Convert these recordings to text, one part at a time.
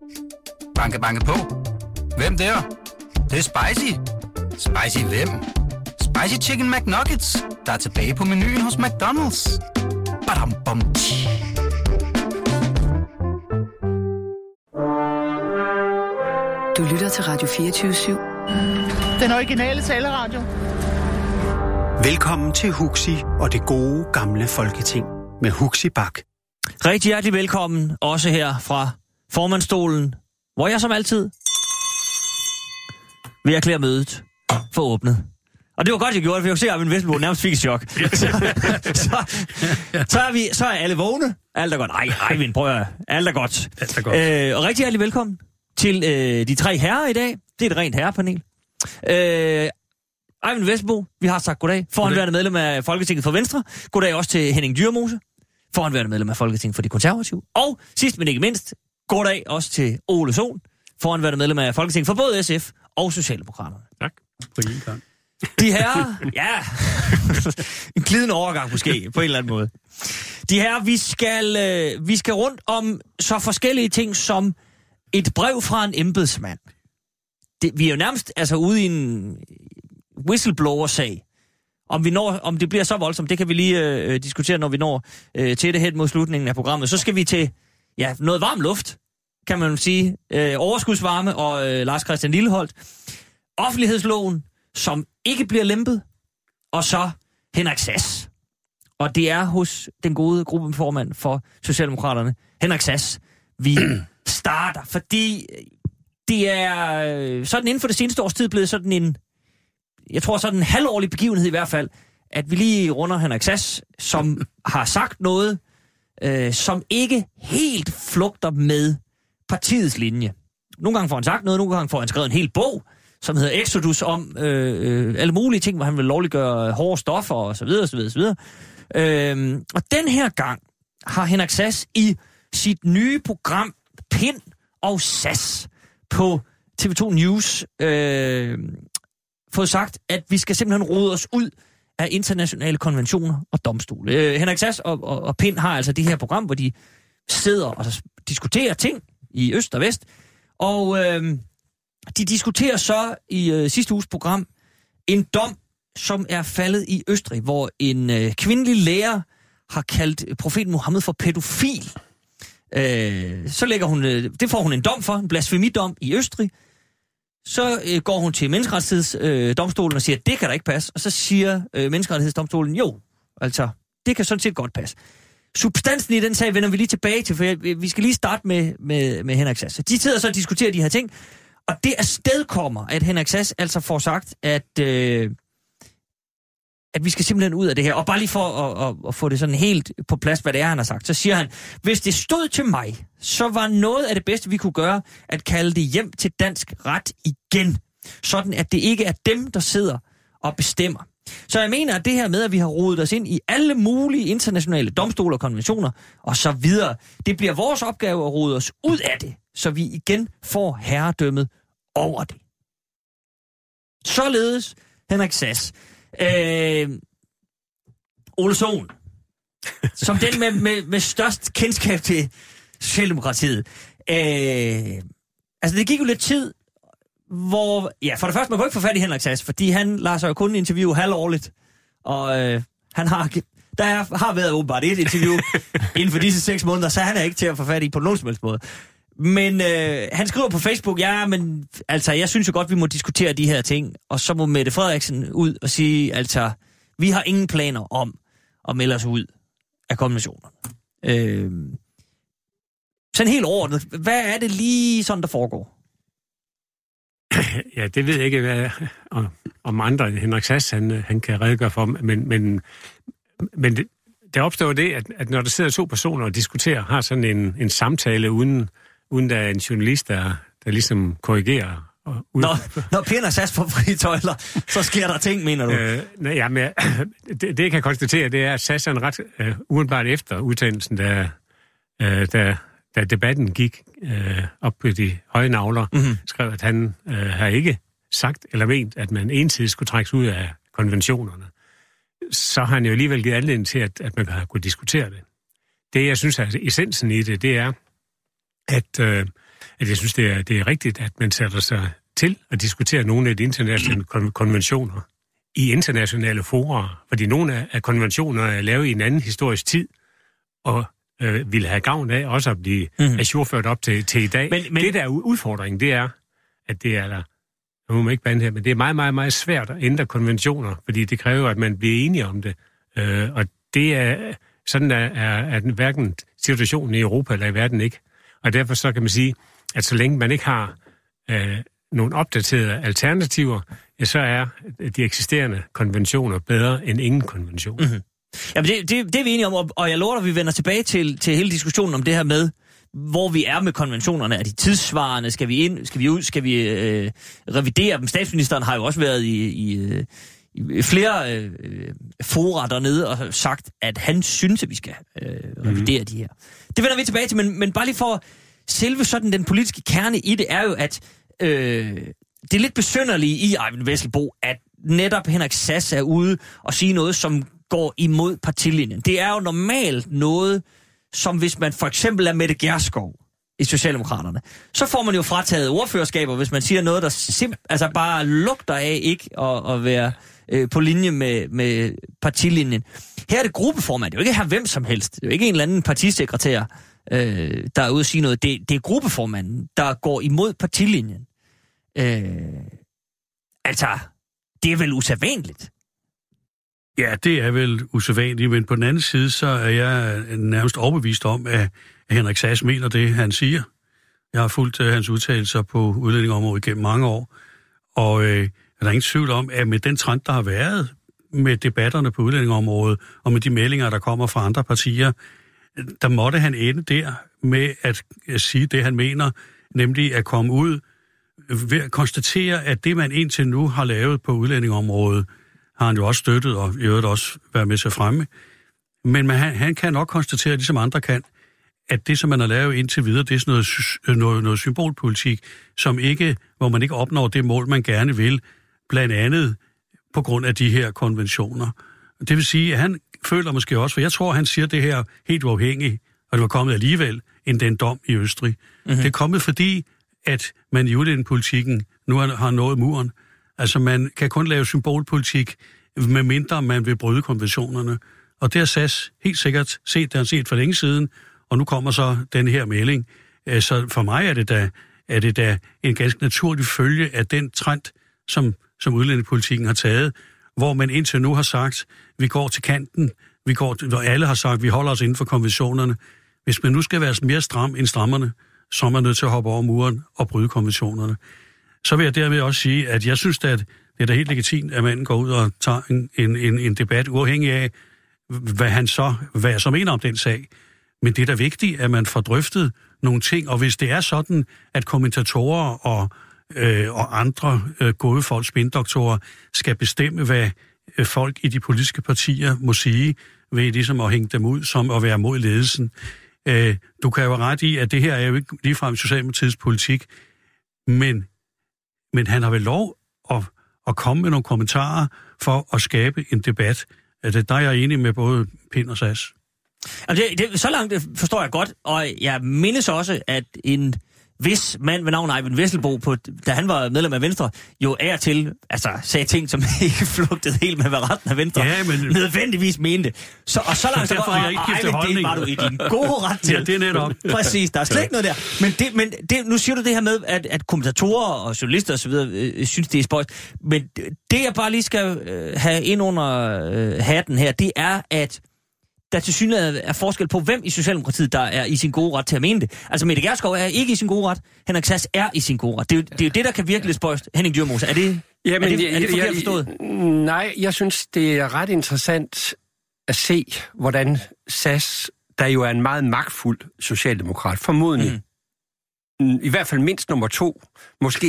Banke, banke på. Hvem der? Det er spicy. Spicy hvem? Spicy Chicken McNuggets, der er tilbage på menuen hos McDonald's. Badum, bom, tji. Du lytter til Radio 24/7. Den originale taleradio. Velkommen til Huxi og det gode gamle Folketing med Huxi Bak. Rigtig hjertelig velkommen, også her fra formandsstolen, hvor jeg som altid vil erklære mødet for åbnet. Og det var godt, jeg gjorde det, for jeg kunne se, at min Vestbo nærmest fik et chok. Så er alle vågne. Alt er godt. Ej, Vind, prøv at alt er godt. Alt er godt. Og rigtig hjertelig velkommen til de tre herrer i dag. Det er et rent herrepanel. Eyvind Vesselbo, vi har sagt goddag. Foranværende medlem af Folketinget for Venstre. Goddag også til Henning Dyrmose. Foranværende medlem af Folketinget for de Konservative. Og sidst men ikke mindst, goddag også til Ole Sohn. Foranværende medlem af Folketinget for både SF og Socialdemokraterne. Tak. På en gang. De herrer, ja, en glidende overgang måske, på en eller anden måde. De herrer, vi skal rundt om så forskellige ting som et brev fra en embedsmand. Vi er jo nærmest ude i en whistleblower-sag. Om det bliver så voldsomt, det kan vi lige diskutere, når vi når til det hen mod slutningen af programmet. Så skal vi til noget varm luft, kan man sige. Overskudsvarme og Lars Christian Lilleholt. Offentlighedsloven, som ikke bliver lempet. Og så Henrik Sass. Og det er hos den gode gruppeformand for Socialdemokraterne, Henrik Sass, vi starter. Fordi det er sådan inden for det seneste års tid blevet sådan en, jeg tror sådan en halvårlig begivenhed i hvert fald, at vi lige runder Henrik Sass, som har sagt noget, som ikke helt flugter med partiets linje. Nogle gange får han sagt noget, nogle gange får han skrevet en hel bog, som hedder Exodus, om alle mulige ting, hvor han vil lovliggøre hårde stoffer og så videre, og så videre, og så videre. Og den her gang har Henrik Sass i sit nye program Pind og Sass på TV2 News fået sagt, at vi skal simpelthen rode os ud af internationale konventioner og domstole. Henrik Sass og Pind har altså det her program, hvor de sidder og diskuterer ting i øst og vest, og de diskuterer så i sidste uges program en dom, som er faldet i Østrig, hvor en kvindelig lærer har kaldt profeten Muhammed for pædofil. Så lægger hun, det får hun en dom for, en blasfemidom i Østrig. Så går hun til menneskerettighedsdomstolen og siger, at det kan da ikke passe. Og så siger menneskerettighedsdomstolen, jo, altså, det kan sådan set godt passe. Substansen i den sag vender vi lige tilbage til, for vi skal lige starte med Henrik Sass. De sidder så og diskuterer de her ting, og det afstedkommer, at Henrik Sass altså får sagt, at vi skal simpelthen ud af det her. Og bare lige for at få det sådan helt på plads, hvad det er, han har sagt, så siger han, hvis det stod til mig, så var noget af det bedste, vi kunne gøre, at kalde det hjem til dansk ret igen. Sådan, at det ikke er dem, der sidder og bestemmer. Så jeg mener, at det her med, at vi har rodet os ind i alle mulige internationale domstole og konventioner og så videre, det bliver vores opgave at rode os ud af det, så vi igen får herredømmet over det. Således Henrik Sass. Ole Sohn, som den med størst kendskab til Socialdemokratiet. Det gik jo lidt tid, hvor, for det første, man kunne ikke få fat i Henrik Sass, fordi han lader sig jo kun interviewe halvårligt, og der har været åbenbart et interview inden for disse 6 måneder, så han er ikke til at få fat i på nogen som helst måde. Men han skriver på Facebook, jeg synes jo godt, vi må diskutere de her ting, og så må Mette Frederiksen ud og sige, vi har ingen planer om at melde os ud af konventionerne. Sådan helt overordnet, hvad er det lige sådan, der foregår? Ja, det ved jeg ikke, om andre Henrik Sass, han kan redegøre for, men der opstår det, at når der sidder 2 personer og diskuterer, har sådan en samtale uden der er en journalist, der ligesom korrigerer. Når Pind og Sass får frie tøjler, så sker der ting, mener du? Det jeg kan konstatere, det er, at Sass er en ret umiddelbart efter udtalelsen, da debatten gik op på de høje nagler, skrev, at han har ikke sagt eller ment, at man ensidigt skulle trækkes ud af konventionerne. Så har han jo alligevel givet anledning til, at man kunne diskutere det. Det, jeg synes er essensen i det, det er, at at jeg synes, det er rigtigt, at man sætter sig til at diskutere nogle af de internationale konventioner i internationale fora, fordi nogle af konventionerne er lavet i en anden historisk tid, og ville have gavn af også at blive ajourført op til i dag. Men det, der er udfordringen, det er, at det er nu må man ikke bande her, men det er meget, meget, meget svært at ændre konventioner, fordi det kræver, at man bliver enige om det. Og det er sådan, er den hverken situationen i Europa eller i verden ikke. Og derfor så kan man sige, at så længe man ikke har nogle opdaterede alternativer, ja, så er de eksisterende konventioner bedre end ingen konvention. Mm-hmm. Jamen det er vi enige om, og jeg lover dig, at vi vender tilbage til hele diskussionen om det her med, hvor vi er med konventionerne. Er de tidssvarende? Skal vi ind? Skal vi ud? Skal vi revidere dem? Statsministeren har jo også været i flere fora dernede og sagt, at han synes, at vi skal revidere de her. Det vender vi tilbage til, men bare lige for selve sådan den politiske kerne i det er jo, at det er lidt besynderlige i Eyvind Vesselbo, at netop Henrik Sass er ude og sige noget, som går imod partilinjen. Det er jo normalt noget, som hvis man for eksempel er Mette Gjerskov i Socialdemokraterne, så får man jo frataget ordførerskaber, hvis man siger noget, der bare lugter af ikke at være på linje med partilinjen. Her er det gruppeformand, det er jo ikke her hvem som helst, det er jo ikke en eller anden partisekretær, der er ude at sige noget. Det er gruppeformanden, der går imod partilinjen. Det er vel usædvanligt? Ja, det er vel usædvanligt, men på den anden side, så er jeg nærmest overbevist om, at Henrik Sass mener det, han siger. Jeg har fulgt hans udtalelser på udlændingeområdet gennem mange år, og der er ingen tvivl om, at med den trend, der har været med debatterne på udlændingeområdet, og med de meldinger, der kommer fra andre partier, der måtte han ende der med at sige det, han mener, nemlig at komme ud ved at konstatere, at det, man indtil nu har lavet på udlændingeområdet, har han jo også støttet, og i øvrigt også været med til fremme. Men han kan nok konstatere, ligesom andre kan, at det, som man har lavet indtil videre, det er sådan noget symbolpolitik, hvor man ikke opnår det mål, man gerne vil, blandt andet på grund af de her konventioner. Det vil sige, at han føler måske også, for jeg tror, han siger det her helt uafhængigt, og det var kommet alligevel, end den dom i Østrig. Mm-hmm. Det er kommet fordi, at man i udlændingepolitikken nu har nået muren. Altså, man kan kun lave symbolpolitik, medmindre man vil bryde konventionerne. Og det har Sass helt sikkert set, det har han set for længe siden, og nu kommer så den her melding. Så for mig er det da en ganske naturlig følge af den trend, som udlændingepolitikken har taget, hvor man indtil nu har sagt, vi går til kanten, og alle har sagt, vi holder os inden for konventionerne. Hvis man nu skal være mere stram end strammerne, så er man nødt til at hoppe over muren og bryde konventionerne. Så vil jeg dermed også sige, at jeg synes, at det er da helt legitimt, at manden går ud og tager en debat, uafhængig af, hvad jeg så mener om den sag. Men det er da vigtigt, at man får drøftet nogle ting, og hvis det er sådan, at kommentatorer og andre gode folk, spindoktorer, skal bestemme, hvad folk i de politiske partier må sige, ved ligesom at hænge dem ud som at være mod ledelsen. Du kan jo ret i, at det her er jo ikke ligefrem Socialdemokratiets politik, men han har vel lov at komme med nogle kommentarer for at skabe en debat. Der er jeg enig med både Pind og Sass. Så langt forstår jeg godt, og jeg mindes også, at en vis mand ved navn Eyvind Vesselbo, da han var medlem af Venstre, jo af og til sagde ting, som ikke flugtede helt med, hvad retten af Venstre nødvendigvis mente. Så langt så godt, Eyvind, det var du i din gode ret til. Ja, det er netop. Præcis, der er slet ikke noget der. Men nu siger du det her med, at kommentatorer og journalister osv. Synes, det er spøjst. Men det, jeg bare lige skal have ind under hatten her, det er, at der til synligheden er forskel på, hvem i Socialdemokratiet, der er i sin gode ret til at mene det. Altså, Mette Gjerskov er ikke i sin gode ret. Henrik Sass er i sin gode ret. Det er jo det, der kan virkelig lidt spøjst. Henning Dyrmose, er det forkert forstået? Nej, jeg synes, det er ret interessant at se, hvordan Sass, der jo er en meget magtfuld socialdemokrat, formodentlig, i hvert fald mindst nummer 2, måske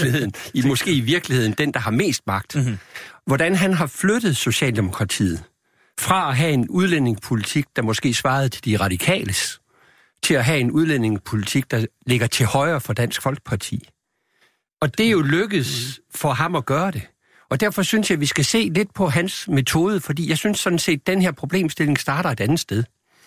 i virkeligheden den, der har mest magt, hvordan han har flyttet Socialdemokratiet fra at have en udlændingepolitik, der måske svarede til de radikales, til at have en udlændingepolitik, der ligger til højre for Dansk Folkeparti. Og det er jo lykkedes for ham at gøre det. Og derfor synes jeg, at vi skal se lidt på hans metode, fordi jeg synes sådan set, at den her problemstilling starter et andet sted.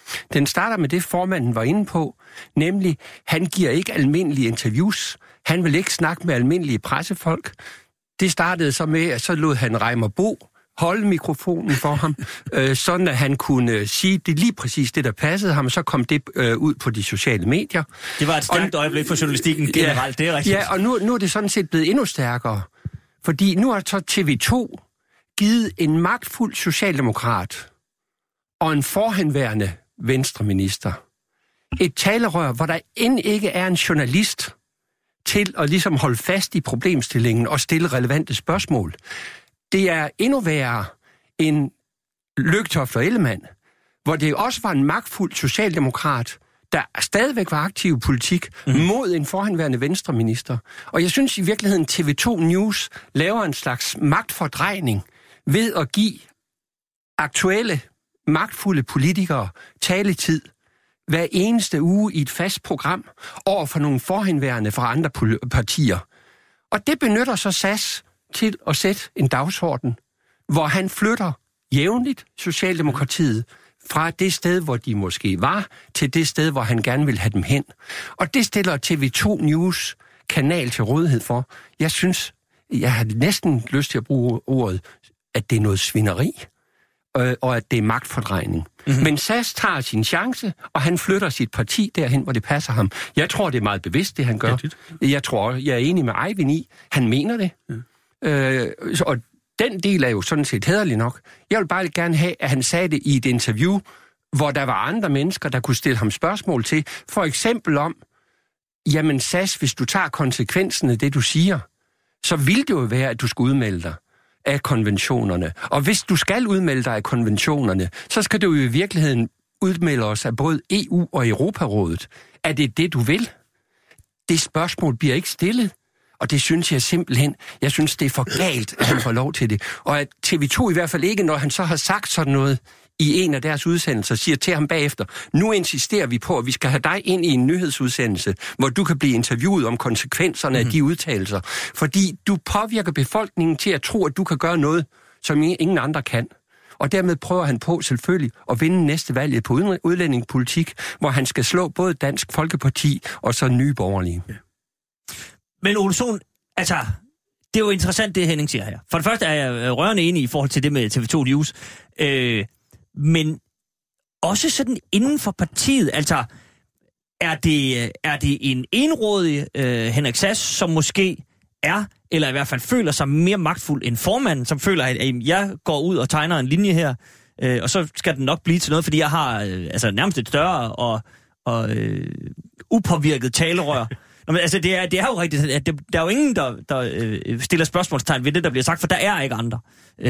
Den starter med det, formanden var inde på, nemlig, han giver ikke almindelige interviews. Han vil ikke snakke med almindelige pressefolk. Det startede så med, at så lod han Reimer Bo holde mikrofonen for ham, sådan at han kunne sige det lige præcis det, der passede ham, og så kom det ud på de sociale medier. Det var et stemt øjeblik for journalistikken generelt, det er rigtigt. Ja, og nu er det sådan set blevet endnu stærkere, fordi nu har så TV2 givet en magtfuld socialdemokrat og en forhenværende venstreminister et talerør, hvor der end ikke er en journalist til at ligesom holde fast i problemstillingen og stille relevante spørgsmål. Det er endnu værre end Lykketoft og Ellemann, hvor det også var en magtfuld socialdemokrat, der stadigvæk var aktiv i politik mod en forhenværende venstreminister. Og jeg synes i virkeligheden, TV2 News laver en slags magtfordrejning ved at give aktuelle, magtfulde politikere taletid hver eneste uge i et fast program over for nogle forhenværende fra andre partier. Og det benytter så SAS til at sætte en dagsorden, hvor han flytter jævnligt Socialdemokratiet fra det sted, hvor de måske var, til det sted, hvor han gerne vil have dem hen. Og det stiller TV2 News kanal til rådighed for. Jeg synes, jeg har næsten lyst til at bruge ordet, at det er noget svineri, og at det er magtfordrejning. Mm-hmm. Men SAS tager sin chance, og han flytter sit parti derhen, hvor det passer ham. Jeg tror, det er meget bevidst, det han gør. Jeg er enig med Eivind i, han mener det. Og den del er jo sådan set hæderlig nok. Jeg vil bare gerne have, at han sagde det i et interview, hvor der var andre mennesker, der kunne stille ham spørgsmål til. For eksempel om, jamen SAS, hvis du tager konsekvensen af det, du siger, så vil det jo være, at du skal udmelde dig af konventionerne. Og hvis du skal udmelde dig af konventionerne, så skal du jo i virkeligheden udmelde os af både EU og Europarådet. Er det det, du vil? Det spørgsmål bliver ikke stillet. Og det synes jeg simpelthen, jeg synes, det er for galt, at han får lov til det. Og at TV2 i hvert fald ikke, når han så har sagt sådan noget i en af deres udsendelser, siger til ham bagefter, nu insisterer vi på, at vi skal have dig ind i en nyhedsudsendelse, hvor du kan blive interviewet om konsekvenserne af de udtalelser. Fordi du påvirker befolkningen til at tro, at du kan gøre noget, som ingen andre kan. Og dermed prøver han på selvfølgelig at vinde næste valg på udlændingepolitik, hvor han skal slå både Dansk Folkeparti og så Nye Borgerlige. Ja. Men Ole Sohn, altså, det er jo interessant, det Henning siger her. For det første er jeg rørende enig i forhold til det med TV2 News. Men også sådan inden for partiet, altså, er det en enrådig Henrik Sass, som måske er, eller i hvert fald føler sig mere magtfuld end formanden, som føler, at jeg går ud og tegner en linje her, og så skal den nok blive til noget, fordi jeg har nærmest et større og upåvirket talerør. Nå, men altså, det er jo rigtigt, at der er jo ingen, der stiller spørgsmålstegn ved det, der bliver sagt, for der er ikke andre.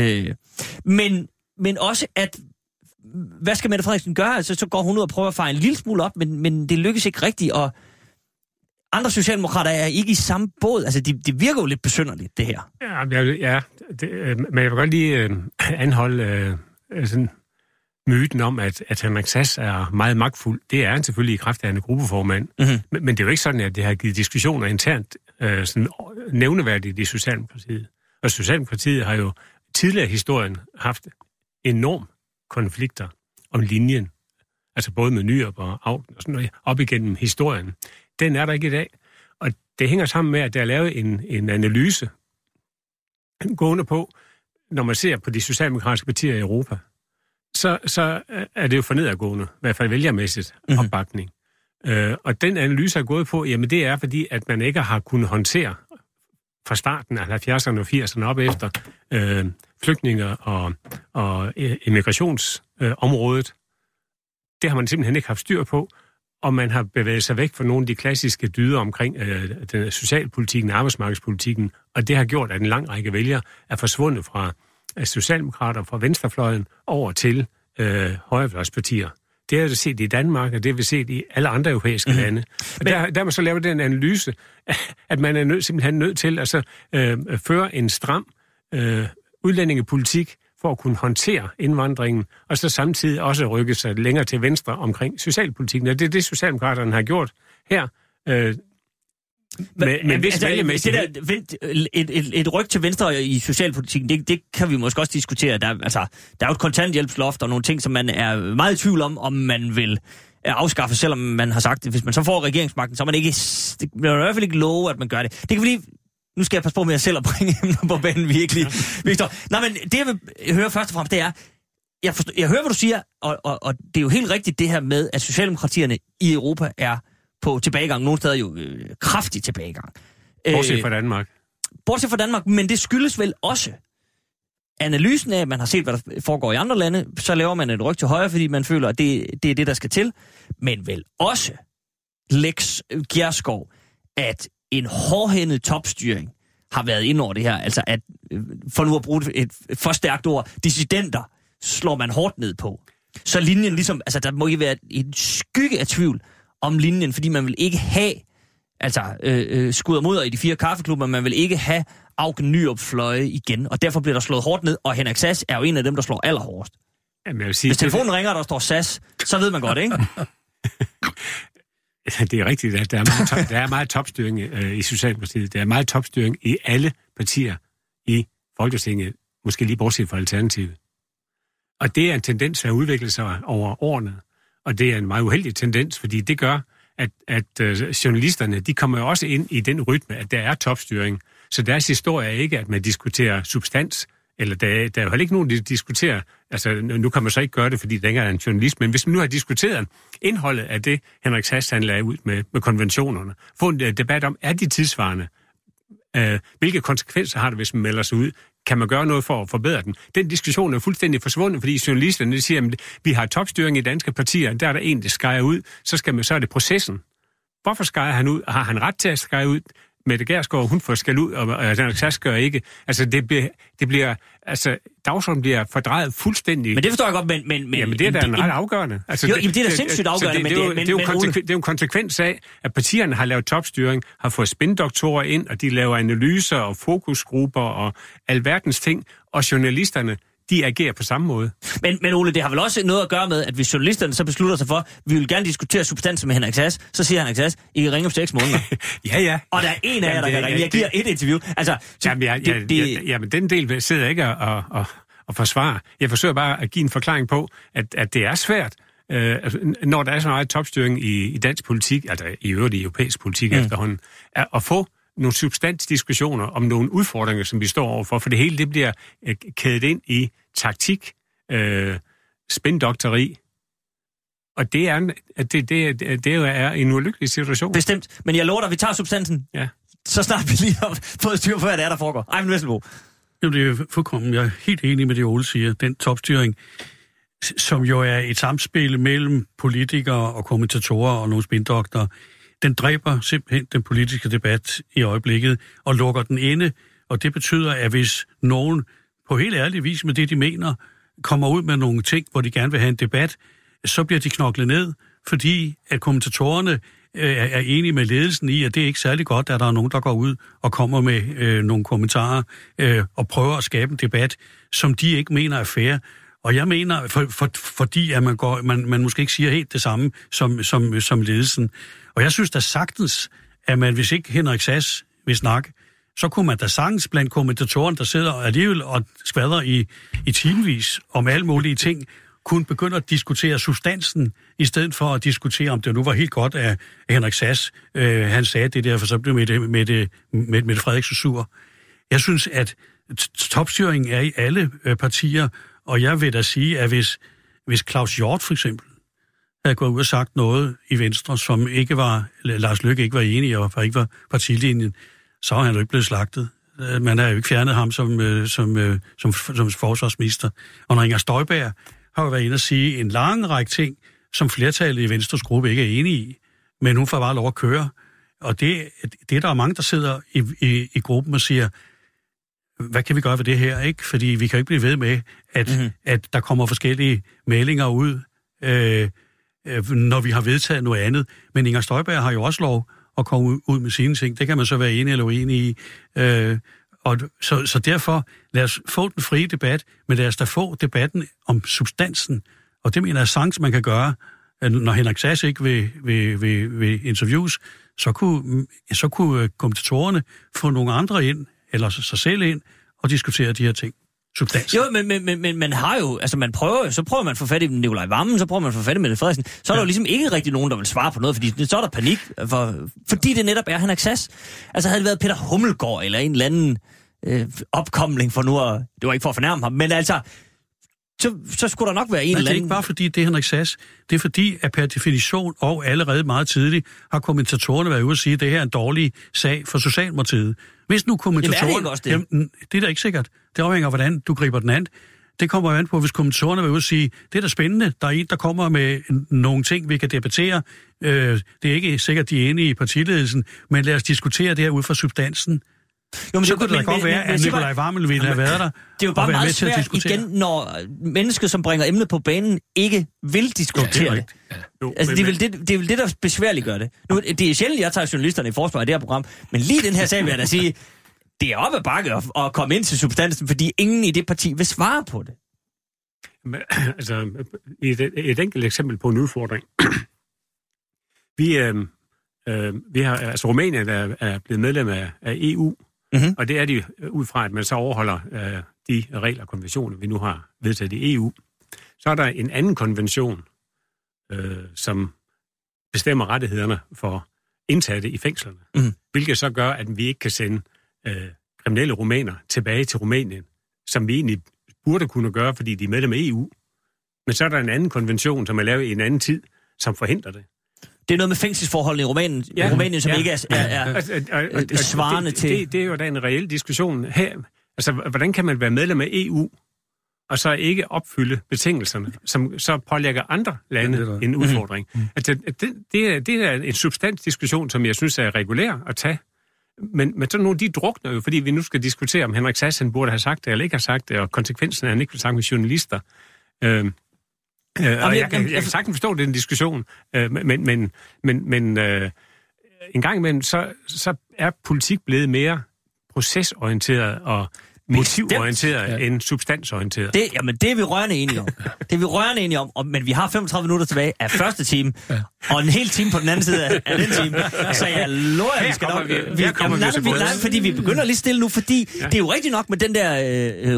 Men også, at hvad skal Mette Frederiksen gøre? Altså, så går hun ud og prøver at fejre en lille smule op, men det lykkes ikke rigtigt, og andre socialdemokrater er ikke i samme båd. Altså, det virker jo lidt besynderligt, det her. Men jeg vil godt lige anholde sådan myten om, at Henrik Sass er meget magtfuld. Det er han selvfølgelig i kraft af en gruppeformand. Mm-hmm. Men det er jo ikke sådan, at det har givet diskussioner internt sådan nævneværdigt i Socialdemokratiet. Og Socialdemokratiet har jo tidligere i historien haft enorme konflikter om linjen. Altså både med Nyrup og Auken og sådan noget, op igennem historien. Den er der ikke i dag. Og det hænger sammen med, at der er lavet en analyse gående på, når man ser på de socialdemokratiske partier i Europa, så er det jo for nedadgående, i hvert fald vælgermæssigt opbakning. Og den analyse er gået på, jamen det er fordi, at man ikke har kunnet håndtere fra starten af 70'erne og 80'erne op efter flygtninge og immigrationsområdet. Det har man simpelthen ikke haft styr på, og man har bevæget sig væk fra nogle af de klassiske dyder omkring den socialpolitikken, arbejdsmarkedspolitikken, og det har gjort, at en lang række vælgere er forsvundet fra socialdemokrater fra venstrefløjen over til højrefløjspartier. Det har vi set i Danmark, og det har vi set i alle andre europæiske lande. Og der har man så lavet den analyse, at man er simpelthen nødt til at føre en stram udlændingepolitik for at kunne håndtere indvandringen, og så samtidig også rykke sig længere til venstre omkring socialpolitikken. Og det er det, Socialdemokraterne har gjort her. med en vis altså, vælgemæssighed. Et ryg til venstre i socialpolitikken, det kan vi måske også diskutere. Der er jo et kontanthjælpsloft og nogle ting, som man er meget i tvivl om man vil afskaffe, selvom man har sagt det. Hvis man så får regeringsmagten, så er man ikke... Det bliver i hvert fald ikke love, at man gør det. Det kan fordi... Nu skal jeg passe på med at selv at bringe emner på banen virkelig, Victor. Nej, men det jeg vil høre først og fremmest, det er... Jeg hører, hvad du siger, og det er jo helt rigtigt det her med, at socialdemokratierne i Europa er på tilbagegang. Nogle steder jo kraftig tilbagegang. Bortset fra Danmark. Bortset fra Danmark, men det skyldes vel også analysen af, at man har set, hvad der foregår i andre lande, så laver man et ryg til højre, fordi man føler, at det er det, der skal til. Men vel også Lex Gjerskov, at en hårdhændet topstyring har været ind over det her. Altså, at for nu at bruge et for stærkt ord, dissidenter slår man hårdt ned på. Så linjen ligesom, altså der må ikke være en skygge af tvivl om linjen, fordi man vil ikke have, altså skud mod i de 4 kaffeklubber, man vil ikke have Auken Nyrup fløje igen, og derfor bliver der slået hårdt ned, og Henrik Sass er jo en af dem, der slår allerhårdest. Jamen, jeg vil sige, hvis telefonen ringer, der står Sass, så ved man godt, ikke? Det er rigtigt, at der er meget topstyring i Socialdemokratiet. Der er meget topstyring i alle partier i Folketinget, måske lige bortset fra Alternativet. Og det er en tendens, der udvikler sig over årene. Og det er en meget uheldig tendens, fordi det gør, at journalisterne, de kommer jo også ind i den rytme, at der er topstyring. Så deres historie er ikke, at man diskuterer substans, eller der er jo heller ikke nogen, der diskuterer, altså nu kan man så ikke gøre det, fordi der ikke er en journalist, men hvis man nu har diskuteret indholdet af det, Henrik Sass han lagde ud med konventionerne, få en debat om, er de tidsvarende? Hvilke konsekvenser har det, hvis man melder sig ud? Kan man gøre noget for at forbedre den? Den diskussion er fuldstændig forsvundet, fordi journalisterne de siger, at vi har topstyring i danske partier, der er der en, der skærer ud, så er det processen. Hvorfor skærer han ud? Har han ret til at skære ud? Mette Gjerskov, hun får skæld ud, og Henrik Sass gør ikke. Altså, det bliver dagsordenen bliver fordrejet fuldstændig. Men det forstår jeg godt, men jamen, det er da ret afgørende. Altså, jo, det er da sindssygt afgørende, det er jo en konsekvens af, at partierne har lavet topstyring, har fået spindoktorer ind, og de laver analyser og fokusgrupper og alverdens ting, og journalisterne, de agerer på samme måde. Men Ole, det har vel også noget at gøre med, at hvis journalisterne så beslutter sig for, vi vil gerne diskutere substansen med Henrik Sass, så siger Henrik Sass, I kan ringe om 6 måneder. Ja. Og der er en af jer, der kan ringe. Jeg giver et interview. Altså, jamen, den del sidder jeg ikke at forsvare. Jeg forsøger bare at give en forklaring på, at det er svært, når der er så meget topstyring i dansk politik, altså i øvrigt i europæisk politik efterhånden, at få nogle substansdiskussioner om nogle udfordringer, som vi står overfor, for det hele det bliver kædet ind i taktik, spindokteri, og det er en ulykkelig situation. Bestemt, men jeg lover dig, vi tager substansen, så snart vi lige har fået styr på, hvad det er, der foregår. Ejvind Vesselbo. Jamen, det er fuldkommen. Jeg er helt enig med det, Ole siger. Den topstyring, som jo er et samspil mellem politikere og kommentatorer og nogle spindoktorer, den dræber simpelthen den politiske debat i øjeblikket og lukker den inde. Og det betyder, at hvis nogen på helt ærlig vis med det, de mener, kommer ud med nogle ting, hvor de gerne vil have en debat, så bliver de knoklet ned, fordi at kommentatorerne er enige med ledelsen i, at det er ikke særlig godt, at der er nogen, der går ud og kommer med nogle kommentarer og prøver at skabe en debat, som de ikke mener er fair. Og jeg mener, fordi at man måske ikke siger helt det samme som ledelsen. Og jeg synes da sagtens, at man, hvis ikke Henrik Sass vil snakke, så kunne man da sagtens blandt kommentatoren, der sidder alligevel og skvadrer i timevis om alle mulige ting, kunne begynde at diskutere substansen, i stedet for at diskutere, om det nu var helt godt, at Henrik Sass, han sagde det der, for så blev med Frederiksen sur. Jeg synes, at topstyringen er i alle partier, og jeg vil da sige, at hvis Claus Hjort for eksempel havde gået ud og sagt noget i Venstre, som ikke var, Lars Løkke ikke var enig i, og ikke var partilinjen, så er han jo ikke blevet slagtet. Man har jo ikke fjernet ham som forsvarsminister. Og når Inger Støjberg har jo været inde og sige en lang række ting, som flertallet i Venstres gruppe ikke er enige i, men hun får bare lov at køre. Og det der er mange, der sidder i gruppen og siger, hvad kan vi gøre ved det her, ikke? Fordi vi kan ikke blive ved med, at der kommer forskellige meldinger ud, når vi har vedtaget noget andet. Men Inger Støjberg har jo også lov at komme ud med sine ting. Det kan man så være enig eller uenig i. Så derfor, lad os få den frie debat, men lad os da få debatten om substansen. Og det mener jeg sagtens, man kan gøre. Når Henrik Sass ikke vil interviews, så kunne kommentatorerne få nogle andre ind, eller sig selv ind, og diskutere de her ting. Substans. Jo, men man har jo, altså man prøver jo, så prøver man at få fat i Nikolaj Wammen, så prøver man at få fat i Mette Frederiksen, så er der jo ligesom ikke rigtig nogen, der vil svare på noget, fordi så er der panik, fordi det netop er Henrik Sass. Altså havde det været Peter Hummelgaard, eller en eller anden opkomling for nu, og det var ikke for at fornærme ham, men altså, så skulle der nok være en eller anden... Det er ikke bare fordi, det er Henrik Sass. Det er fordi, at per definition, og allerede meget tidligt, har kommentatorerne været ude at sige, at det her er en dårlig sag for Socialdemokratiet. Hvis nu kommentatorerne... Jamen er det ikke også det? Jamen, det er da ikke sikkert. Det afhænger af, hvordan du griber den anden. Det kommer jo an på, hvis kommentatorerne vil ud og sige, det er da spændende, der er en, der kommer med nogle ting, vi kan debattere. Det er ikke sikkert, de er enige i partiledelsen, men lad os diskutere det her ud fra substansen. Jo, men så kunne det godt være, at Nikolaj Wammen ville have været der. Det er jo bare meget svært igen, når mennesker, som bringer emnet på banen, ikke vil diskutere det. Altså, det er vel det, der besværligt gør det. Nu, det er sjældent, jeg tager journalisterne i forsvar i det her program, men lige den her sag vil jeg da sige, det er op ad bakke at komme ind til substansen, fordi ingen i det parti vil svare på det. Men, altså, et enkelt eksempel på en udfordring. Vi har, altså Rumænien er blevet medlem af EU, og det er de ud fra, at man så overholder de regler og konventioner, vi nu har vedtaget i EU. Så er der en anden konvention, som bestemmer rettighederne for indsatte i fængslerne, hvilket så gør, at vi ikke kan sende kriminelle rumæner tilbage til Rumænien, som vi egentlig burde kunne gøre, fordi de er medlem af EU. Men så er der en anden konvention, som er lavet i en anden tid, som forhindrer det. Det er noget med fængselsforholdene i Rumænien, som ikke er svarende til... Det er jo da en reel diskussion her. Altså, hvordan kan man være medlem af EU, og så ikke opfylde betingelserne, som så pålægger andre lande en udfordring? Altså, det er en substansdiskussion, som jeg synes er regulær at tage. Men så nogle, de drukner jo, fordi vi nu skal diskutere, om Henrik Sass han burde have sagt det, eller ikke have sagt det, og konsekvensen af, han ikke vil sagt med journalister. Og jeg kan sagtens forstå den diskussion, men en gang imellem, så er politik blevet mere procesorienteret og motivorienteret end substansorienteret. Det er vi rørende enige om. Men vi har 35 minutter tilbage af første time, og en hel time på den anden side af den time. Så jeg lover, vi skal nok... fordi vi begynder lidt stille nu, fordi det er jo rigtigt nok med den der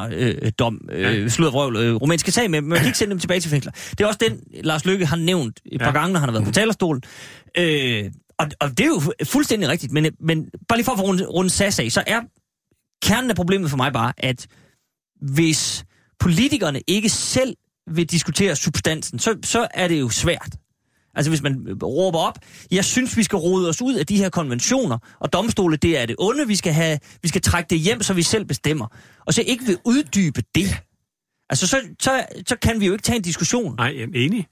rumænske sag med, man kan ikke sende dem tilbage til fængsler. Det er også den, Lars Løkke har nævnt et par gange, når han har været på talerstolen. Og det er jo fuldstændig rigtigt, men bare lige for at runde Sass af, så er kernen af problemet for mig bare, at hvis politikerne ikke selv vil diskutere substansen, så er det jo svært. Altså hvis man råber op, jeg synes, vi skal rode os ud af de her konventioner, og domstole, det er det onde, vi skal trække det hjem, så vi selv bestemmer. Og så ikke vil uddybe det. Altså så kan vi jo ikke tage en diskussion. Nej, enig.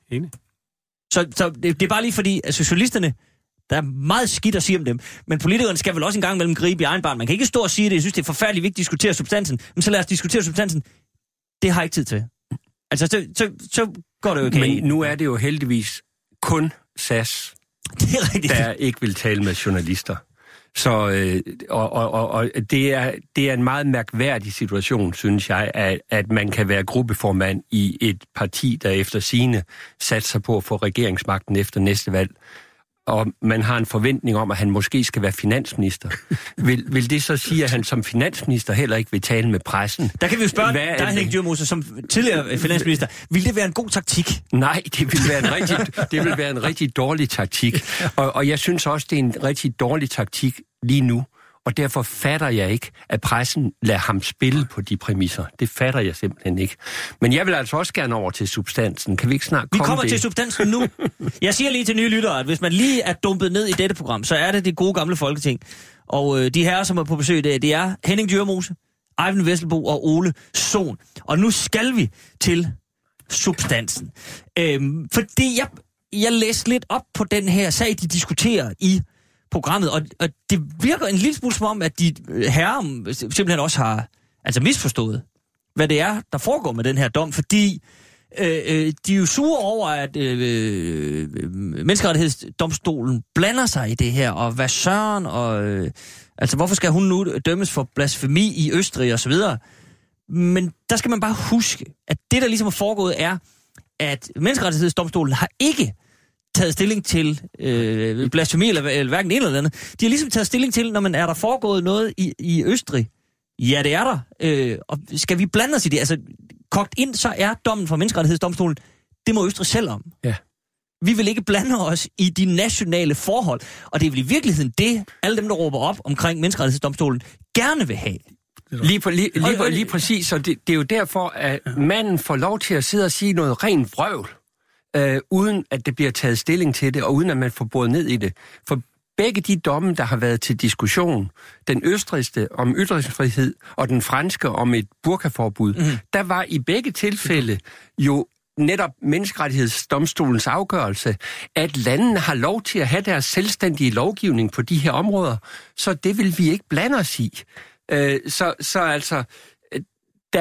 Så det er bare lige fordi, at socialisterne, der er meget skidt at sige om dem, men politikerne skal vel også en gang imellem gribe i egen barn. Man kan ikke stå og sige det, jeg synes, det er forfærdeligt vigtigt at diskutere substansen, men så lad os diskutere substansen. Det har jeg ikke tid til. Altså, så går det jo ikke. Men nu er det jo heldigvis kun Sass, der ikke vil tale med journalister. Så, og det er en meget mærkværdig situation, synes jeg, at man kan være gruppeformand i et parti, der efter sigende satser på at få regeringsmagten efter næste valg, og man har en forventning om, at han måske skal være finansminister. Vil det så sige, at han som finansminister heller ikke vil tale med pressen? Der kan vi jo spørge dig, Henrik Dyrmose, som tidligere finansminister. Vil det være en god taktik? Nej, det vil være en rigtig dårlig taktik. Og jeg synes også, det er en rigtig dårlig taktik lige nu. Og derfor fatter jeg ikke, at pressen lader ham spille på de præmisser. Det fatter jeg simpelthen ikke. Men jeg vil altså også gerne over til substansen. Kan vi ikke snart komme Vi kommer til substansen nu. Jeg siger lige til nye lyttere, at hvis man lige er dumpet ned i dette program, så er det gode gamle Folketing. Og de herrer, som er på besøg der, det er Henning Dyrmose, Eyvind Vesselbo og Ole Sohn. Og nu skal vi til substansen. Fordi jeg læste lidt op på den her sag, de diskuterer i programmet, og det virker en lille smule som om, at de herrer simpelthen også har misforstået, hvad det er, der foregår med den her dom, fordi de er jo sure over, at menneskerettighedsdomstolen blander sig i det her, og hvad søren, og hvorfor skal hun nu dømmes for blasfemi i Østrig og så videre. Men der skal man bare huske, at det, der ligesom er foregået, er, at menneskerettighedsdomstolen har ikke taget stilling til blasfemi eller hverken en eller andet. De har ligesom taget stilling til, når man er der foregået noget i Østrig. Ja, det er der. Og skal vi blande os i det? Altså, kogt ind, så er dommen fra Menneskerettighedsdomstolen, det må Østrig selv om. Ja. Vi vil ikke blande os i de nationale forhold. Og det er vel i virkeligheden det, alle dem, der råber op omkring Menneskerettighedsdomstolen, gerne vil have. Lige præcis, og det er jo derfor, at manden får lov til at sidde og sige noget rent vrøvl, uden at det bliver taget stilling til det, og uden at man får boret ned i det. For begge de domme, der har været til diskussion, den østrigske om ytringsfrihed, og den franske om et burkaforbud, der var i begge tilfælde jo netop Menneskerettighedsdomstolens afgørelse, at landene har lov til at have deres selvstændige lovgivning på de her områder, så det vil vi ikke blande os i. Så altså, der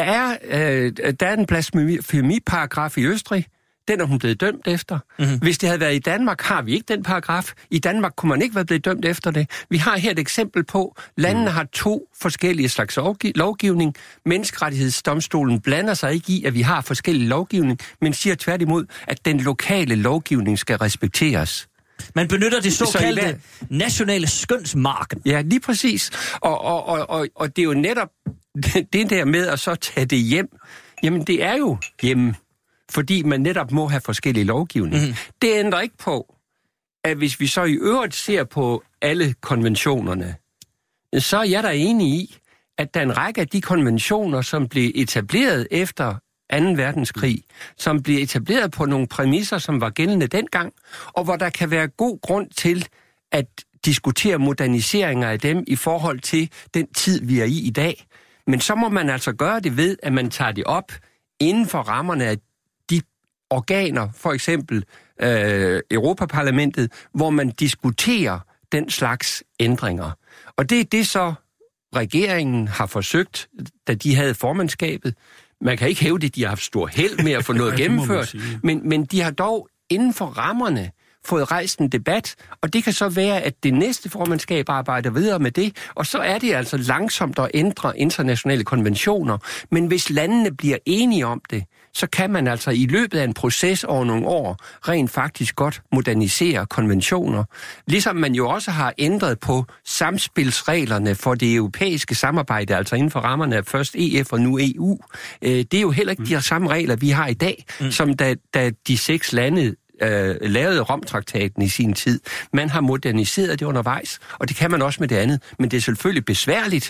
er en blasfemiparagraf i Østrig. Den er hun blevet dømt efter. Hvis det havde været i Danmark, har vi ikke den paragraf. I Danmark kunne man ikke være blevet dømt efter det. Vi har her et eksempel på, landene har 2 forskellige slags lovgivning. Menneskerettighedsdomstolen blander sig ikke i, at vi har forskellige lovgivning, men siger tværtimod, at den lokale lovgivning skal respekteres. Man benytter det såkaldte nationale skønsmarken. Ja, lige præcis. Og det er jo netop det der med at så tage det hjem. Jamen, det er jo hjemme, fordi man netop må have forskellige lovgivning. Det ændrer ikke på, at hvis vi så i øvrigt ser på alle konventionerne, så er jeg da enig i, at der er en række af de konventioner, som blev etableret efter 2. verdenskrig, som blev etableret på nogle præmisser, som var gældende dengang, og hvor der kan være god grund til at diskutere moderniseringer af dem i forhold til den tid, vi er i dag. Men så må man altså gøre det ved, at man tager det op inden for rammerne af de organer, for eksempel Europaparlamentet, hvor man diskuterer den slags ændringer. Og det er det så, regeringen har forsøgt, da de havde formandskabet. Man kan ikke hævde, at de har haft stor held med at få noget gennemført, men de har dog inden for rammerne fået rejst en debat, og det kan så være, at det næste formandskab arbejder videre med det, og så er det altså langsomt at ændre internationale konventioner. Men hvis landene bliver enige om det, så kan man altså i løbet af en proces over nogle år rent faktisk godt modernisere konventioner. Ligesom man jo også har ændret på samspilsreglerne for det europæiske samarbejde, altså inden for rammerne af først EF og nu EU. Det er jo heller ikke de samme regler, vi har i dag, som da de 6 lande lavede Romtraktaten i sin tid. Man har moderniseret det undervejs, og det kan man også med det andet. Men det er selvfølgelig besværligt,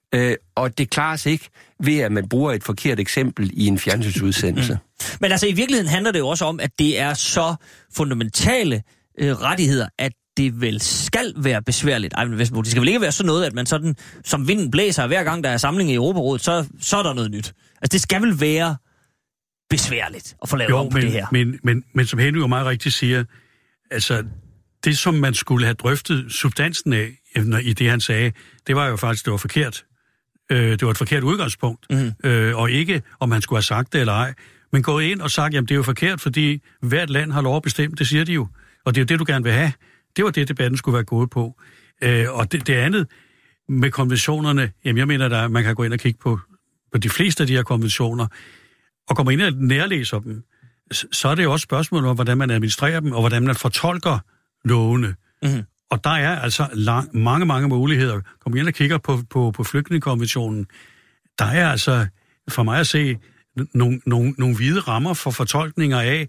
og det klares ikke ved, at man bruger et forkert eksempel i en fjernsynsudsendelse. Men altså i virkeligheden handler det jo også om, at det er så fundamentale rettigheder, at det vel skal være besværligt. Det skal vel ikke være sådan noget, at man sådan, som vinden blæser, hver gang der er samling i Europarådet, så er der noget nyt. Altså det skal vel være besværligt at få lavet om på det her. Men som Henry jo meget rigtigt siger, altså det, som man skulle have drøftet substansen af, i det han sagde, det var jo faktisk, det var forkert. Det var et forkert udgangspunkt, og ikke, om han skulle have sagt det eller ej. Men gået ind og sagt, jamen det er jo forkert, fordi hvert land har lov at bestemme, det siger de jo. Og det er jo det, du gerne vil have. Det var det, debatten skulle være gået på. Og det andet med konventionerne, jamen jeg mener, at man kan gå ind og kigge på de fleste af de her konventioner, og kommer ind og nærlæser dem, så er det jo også spørgsmål om, hvordan man administrerer dem, og hvordan man fortolker lovene. Og der er altså mange muligheder. Kom ind og kigger på flygtningekonventionen. Der er altså, for mig at se, nogle hvide rammer for fortolkninger af,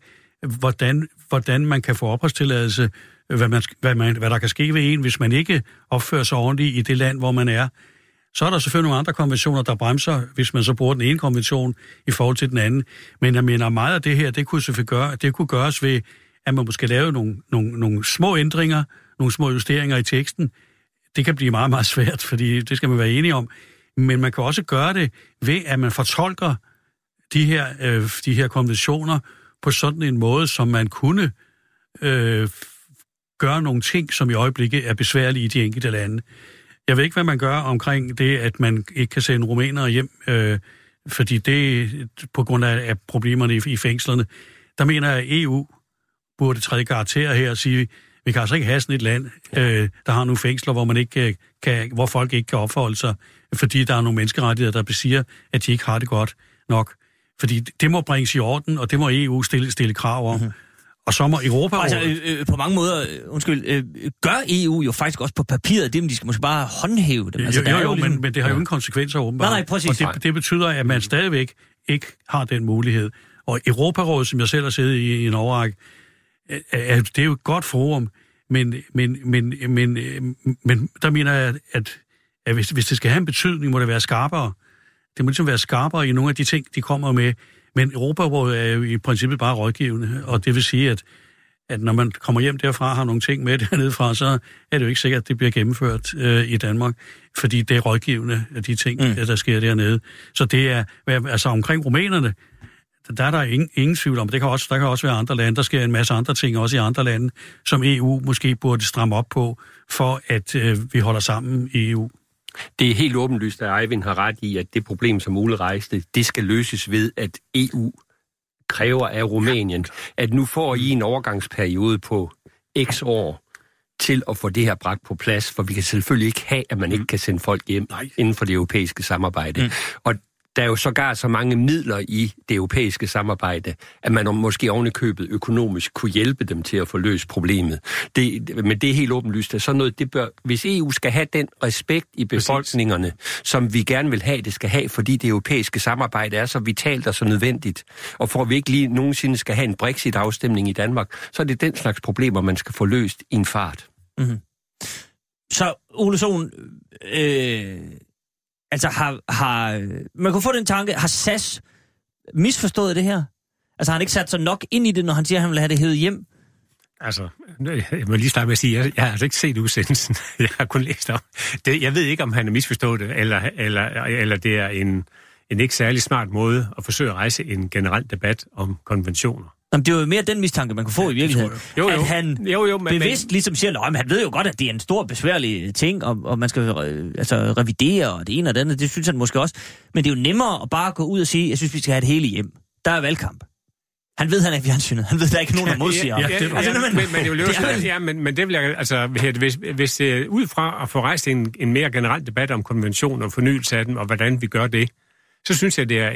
hvordan man kan få opholdstilladelse, hvad der kan ske ved en, hvis man ikke opfører sig ordentligt i det land, hvor man er. Så er der selvfølgelig nogle andre konventioner, der bremser, hvis man så bruger den ene konvention i forhold til den anden. Men jeg mener, meget af det her, det kunne gøres ved, at man måske lave nogle små ændringer, nogle små justeringer i teksten. Det kan blive meget, meget svært, fordi det skal man være enige om. Men man kan også gøre det ved, at man fortolker de her konventioner på sådan en måde, som man kunne gøre nogle ting, som i øjeblikket er besværlige i de enkelte lande. Jeg ved ikke, hvad man gør omkring det, at man ikke kan sende rumænere hjem, fordi det på grund af problemerne i fængslerne. Der mener jeg, at EU burde træde karakter her og sige, vi kan altså ikke have sådan et land, der har nogle fængsler, hvor man ikke hvor folk ikke kan opholde sig, fordi der er nogle menneskerettigheder, der siger, at de ikke har det godt nok. Fordi det må bringes i orden, og det må EU stille krav om. Og så må Europarådet... Altså, på mange måder, gør EU jo faktisk også på papiret det, men de skal måske bare håndhæve det. Altså, ligesom... men det har jo ingen konsekvenser åbenbart. Nej, præcis. Og det betyder, at man stadigvæk ikke har den mulighed. Og Europarådet, som jeg selv har siddet i en overrække, det er jo et godt forum, men der mener jeg, at hvis det skal have en betydning, må det være skarpere. Det må ligesom være skarpere i nogle af de ting, de kommer med. Men Europarådet er jo i princippet bare rådgivende, og det vil sige, at når man kommer hjem derfra og har nogle ting med dernede fra, så er det jo ikke sikkert, at det bliver gennemført i Danmark, fordi det er rådgivende af de ting, der sker dernede. Så det er, altså omkring rumænerne, der er der ingen tvivl om. Der kan også være andre lande, der sker en masse andre ting, også i andre lande, som EU måske burde stramme op på, for at vi holder sammen i EU. Det er helt åbenlyst, at Eivind har ret i, at det problem, som Ole rejste, det skal løses ved, at EU kræver af Rumænien, at nu får I en overgangsperiode på x år til at få det her bragt på plads, for vi kan selvfølgelig ikke have, at man ikke kan sende folk hjem inden for det europæiske samarbejde. Og der er jo sågar så mange midler i det europæiske samarbejde, at man måske ovenikøbet økonomisk kunne hjælpe dem til at få løst problemet. Men det er helt åbenlyst, at sådan noget, det bør, hvis EU skal have den respekt i befolkningerne, som vi gerne vil have, det skal have, fordi det europæiske samarbejde er så vitalt og så nødvendigt, og for at vi ikke lige nogensinde skal have en Brexit-afstemning i Danmark, så er det den slags problemer, man skal få løst i en fart. Mm-hmm. Så Ole Sohn, altså har man kunne få den tanke, har SAS misforstået det her? Altså har han ikke sat sig nok ind i det, når han siger, at han vil have det hævet hjem? Altså, jeg må lige starte med at sige, jeg har altså ikke set udsendelsen. Jeg har kun læst om det. Jeg ved ikke, om han har misforstået det, eller det er en ikke særlig smart måde at forsøge at rejse en generel debat om konventioner. Jamen, det er jo mere den mistanke, man kan få i virkeligheden. Jo. At han bevidst ligesom siger, at han ved jo godt, at det er en stor besværlig ting, og man skal revidere, og det ene og det andet, det synes han måske også. Men det er jo nemmere at bare gå ud og sige, jeg synes, vi skal have det hele hjem. Der er valgkamp. Han ved, han er i fjernsynet. Han ved, der er ikke nogen, der modsiger. Men det vil jeg, altså, hvis ud fra at få rejst en mere generel debat om konventioner og fornyelse af dem, og hvordan vi gør det, så synes jeg, det er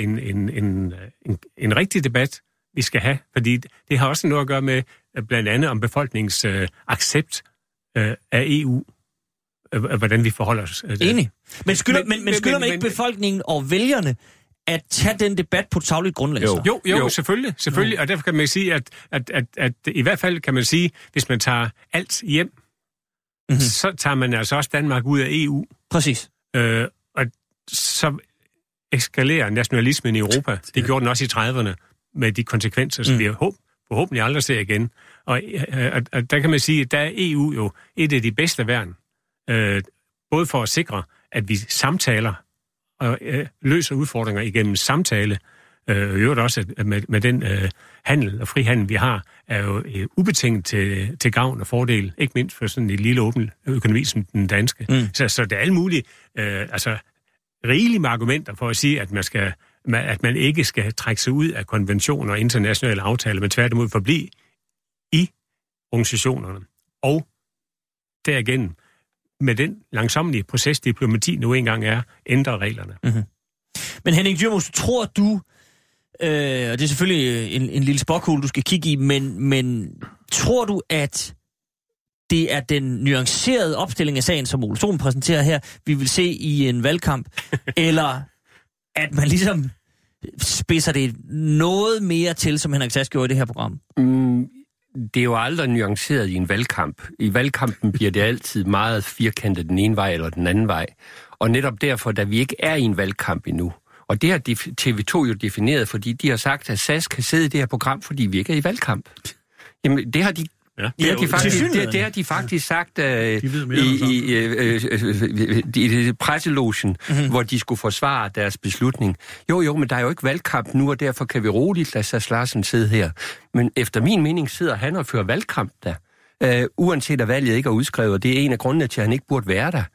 en rigtig debat, vi skal have, fordi det har også noget at gøre med blandt andet om befolkningens accept af EU, hvordan vi forholder os. Enig. Men skylder man ikke befolkningen og vælgerne at tage den debat på et sagligt grundlag? Jo, selvfølgelig. Og derfor kan man sige, at i hvert fald kan man sige, hvis man tager alt hjem, så tager man altså også Danmark ud af EU. Præcis. Og så eskalerer nationalismen i Europa. Det gjorde den også i 30'erne. Med de konsekvenser, som vi forhåbentlig aldrig ser igen. Og der kan man sige, at der er EU jo et af de bedste værn, både for at sikre, at vi samtaler og løser udfordringer igennem samtale. Øvrigt også, at med den handel og frihandel, vi har, er jo ubetinget til gavn og fordel, ikke mindst for sådan en lille åben økonomi som den danske. Så der er alle mulige, rigelige med argumenter for at sige, at man ikke skal trække sig ud af konventioner og internationale aftaler, men tværtimod forblive i organisationerne. Og derigennem, med den langsommelige proces, diplomati nu engang er, ændre reglerne. Mm-hmm. Men Henning Dyrmose, tror du, og det er selvfølgelig en lille spåkugle, du skal kigge i, men tror du, at det er den nuancerede opstilling af sagen, som Ole Sohn præsenterer her, vi vil se i en valgkamp, eller at man ligesom spidser det noget mere til, som Henrik Sass gjorde i det her program? Det er jo aldrig nuanceret i en valgkamp. I valgkampen bliver det altid meget firkantet den ene vej eller den anden vej. Og netop derfor, da vi ikke er i en valgkamp endnu, og det har TV2 jo defineret, fordi de har sagt, at SAS kan sidde i det her program, fordi vi ikke er i valgkamp. Jamen, det har de det har de faktisk sagt i presselogen, hvor de skulle forsvare deres beslutning. Jo, men der er jo ikke valgkamp nu, og derfor kan vi roligt lade Sass Larsen sidde her. Men efter min mening sidder han og fører valgkamp der. Uanset at valget ikke er udskrevet, og det er en af grundene til, at han ikke burde være der.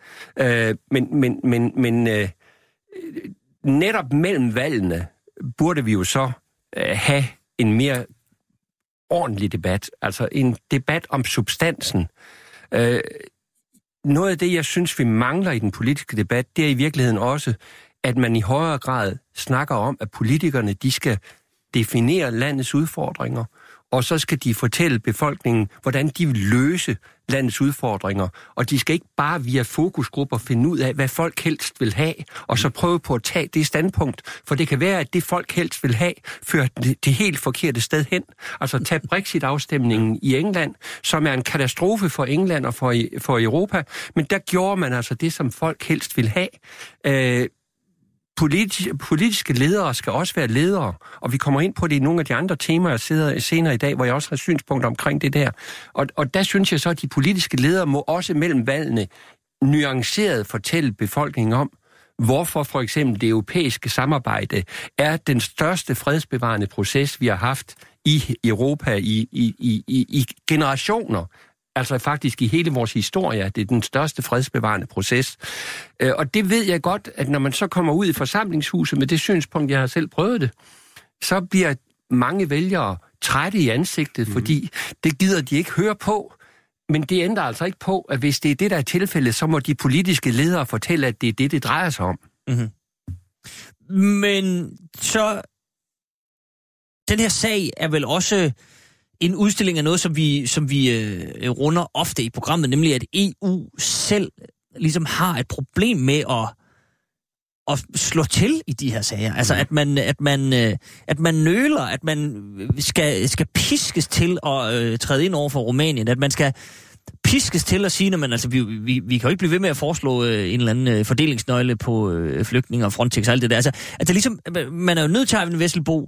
Men netop mellem valgene burde vi jo så have en mere ordentlig debat, altså en debat om substansen. Noget af det, jeg synes, vi mangler i den politiske debat, det er i virkeligheden også, at man i højere grad snakker om, at politikerne, de skal definere landets udfordringer, og så skal de fortælle befolkningen, hvordan de vil løse landets udfordringer. Og de skal ikke bare via fokusgrupper finde ud af, hvad folk helst vil have, og så prøve på at tage det standpunkt. For det kan være, at det folk helst vil have, fører det helt forkerte sted hen. Altså tag Brexit-afstemningen i England, som er en katastrofe for England og for Europa. Men der gjorde man altså det, som folk helst vil have. Politiske ledere skal også være ledere, og vi kommer ind på det i nogle af de andre temaer senere i dag, hvor jeg også har synspunkter omkring det der. Og der synes jeg så, at de politiske ledere må også mellem valgene nuanceret fortælle befolkningen om, hvorfor for eksempel det europæiske samarbejde er den største fredsbevarende proces, vi har haft i Europa i generationer. Altså faktisk i hele vores historie, det er den største fredsbevarende proces. Og det ved jeg godt, at når man så kommer ud i forsamlingshuset med det synspunkt, jeg har selv prøvet det, så bliver mange vælgere trætte i ansigtet, fordi det gider de ikke høre på. Men det ændrer altså ikke på, at hvis det er det, der er tilfældet, så må de politiske ledere fortælle, at det er det drejer sig om. Mm-hmm. Men så... Den her sag er vel også en udstilling af noget, som vi runder ofte i programmet, nemlig at EU selv ligesom har et problem med at slå til i de her sager. Altså at man nøler, at man skal piskes til at træde ind over for Rumænien, at man skal piskes til at sige, at altså, vi kan jo ikke blive ved med at foreslå en eller anden fordelingsnøgle på flygtninge og Frontex og alt det der. Altså, at det ligesom, man er jo nødt til at have en Vesselbo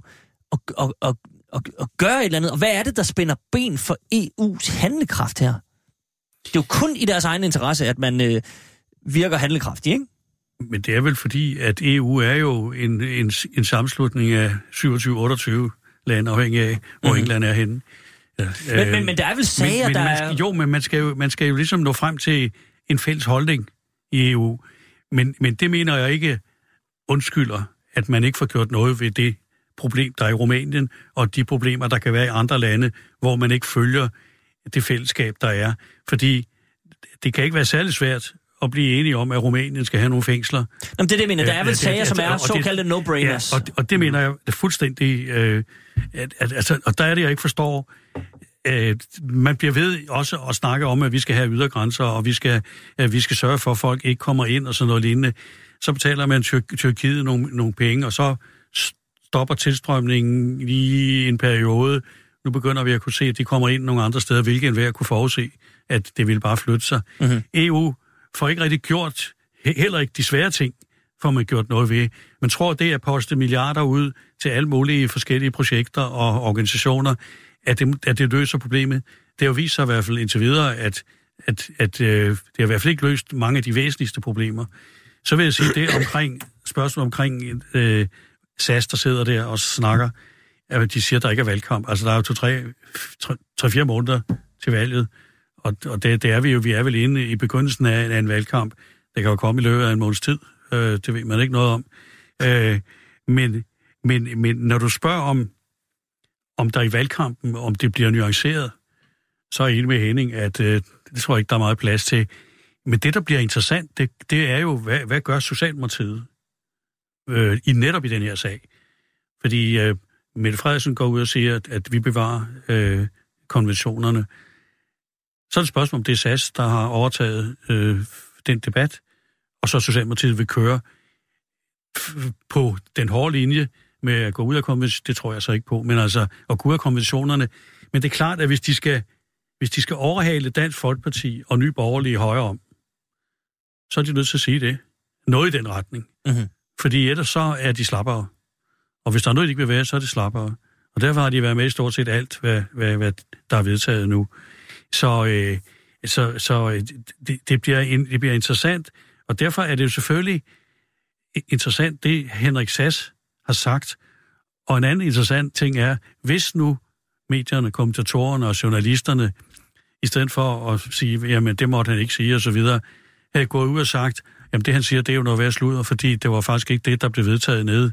og gøre et eller andet. Og hvad er det, der spænder ben for EU's handlekraft her? Det er jo kun i deres egen interesse, at man virker handlekraftig, ikke? Men det er vel fordi, at EU er jo en sammenslutning af 27-28 lande, afhængig af, hvor England er henne. Ja, men der er vel sager, Jo, men man skal jo ligesom nå frem til en fælles holdning i EU. Men det mener jeg ikke undskylder, at man ikke får gjort noget ved det problem, der er i Rumænien, og de problemer, der kan være i andre lande, hvor man ikke følger det fællesskab, der er. Fordi det kan ikke være særlig svært at blive enige om, at Rumænien skal have nogle fængsler. Jamen, det er det, jeg mener. Der er vel sager, som er såkaldte no-brainers. Ja, og det mener jeg det fuldstændig... og der er det, jeg ikke forstår. Man bliver ved også at snakke om, at vi skal have ydergrænser, og vi skal sørge for, at folk ikke kommer ind og sådan noget lignende. Så betaler man Tyrkiet nogle penge, og så stopper tilstrømningen i en periode. Nu begynder vi at kunne se, at de kommer ind nogle andre steder, hvilket enhver kunne forudse, at det ville bare flytte sig. Mm-hmm. EU får ikke rigtig gjort, heller ikke de svære ting, får man gjort noget ved. Man tror, det er at poste milliarder ud til alle mulige forskellige projekter og organisationer, at det løser problemet. Det har jo vist sig i hvert fald indtil videre, at det har i hvert fald ikke løst mange af de væsentligste problemer. Så vil jeg sige, det omkring spørgsmål omkring SAS, der sidder der og snakker, at de siger, at der ikke er valgkamp. Altså, der er jo 3-4 måneder til valget, og det er vi jo. Vi er vel inde i begyndelsen af en valgkamp. Det kan jo komme i løbet af en måneds tid. Det ved man ikke noget om. Men når du spørger om der i valgkampen, om det bliver nuanceret, så er jeg enig med Henning, at det tror jeg ikke, der er meget plads til. Men det, der bliver interessant, det er jo, hvad gør Socialdemokratiet netop i den her sag? Fordi Mette Frederiksen går ud og siger, at vi bevarer konventionerne. Så er det spørgsmål, om det er SAS, der har overtaget den debat, og så Socialdemokratiet vil køre på den hårde linje med at gå ud af konventionerne. Det tror jeg så ikke på, men altså at gå ud af konventionerne. Men det er klart, at hvis de skal overhale Dansk Folkeparti og Nye Borgerlige højre om, så er de nødt til at sige det. Noget i den retning. Mm-hmm. Fordi ellers så er de slappere. Og hvis der er noget, de ikke vil være, så er det slappere. Og derfor har de været med i stort set alt, hvad der er vedtaget nu. Så det bliver interessant. Og derfor er det jo selvfølgelig interessant, det Henrik Sass har sagt. Og en anden interessant ting er, hvis nu medierne, kommentatorerne og journalisterne, i stedet for at sige, jamen det måtte han ikke sige, og så videre, havde gået ud og sagt, jamen det han siger, det er jo noget værd sludder, fordi det var faktisk ikke det, der blev vedtaget nede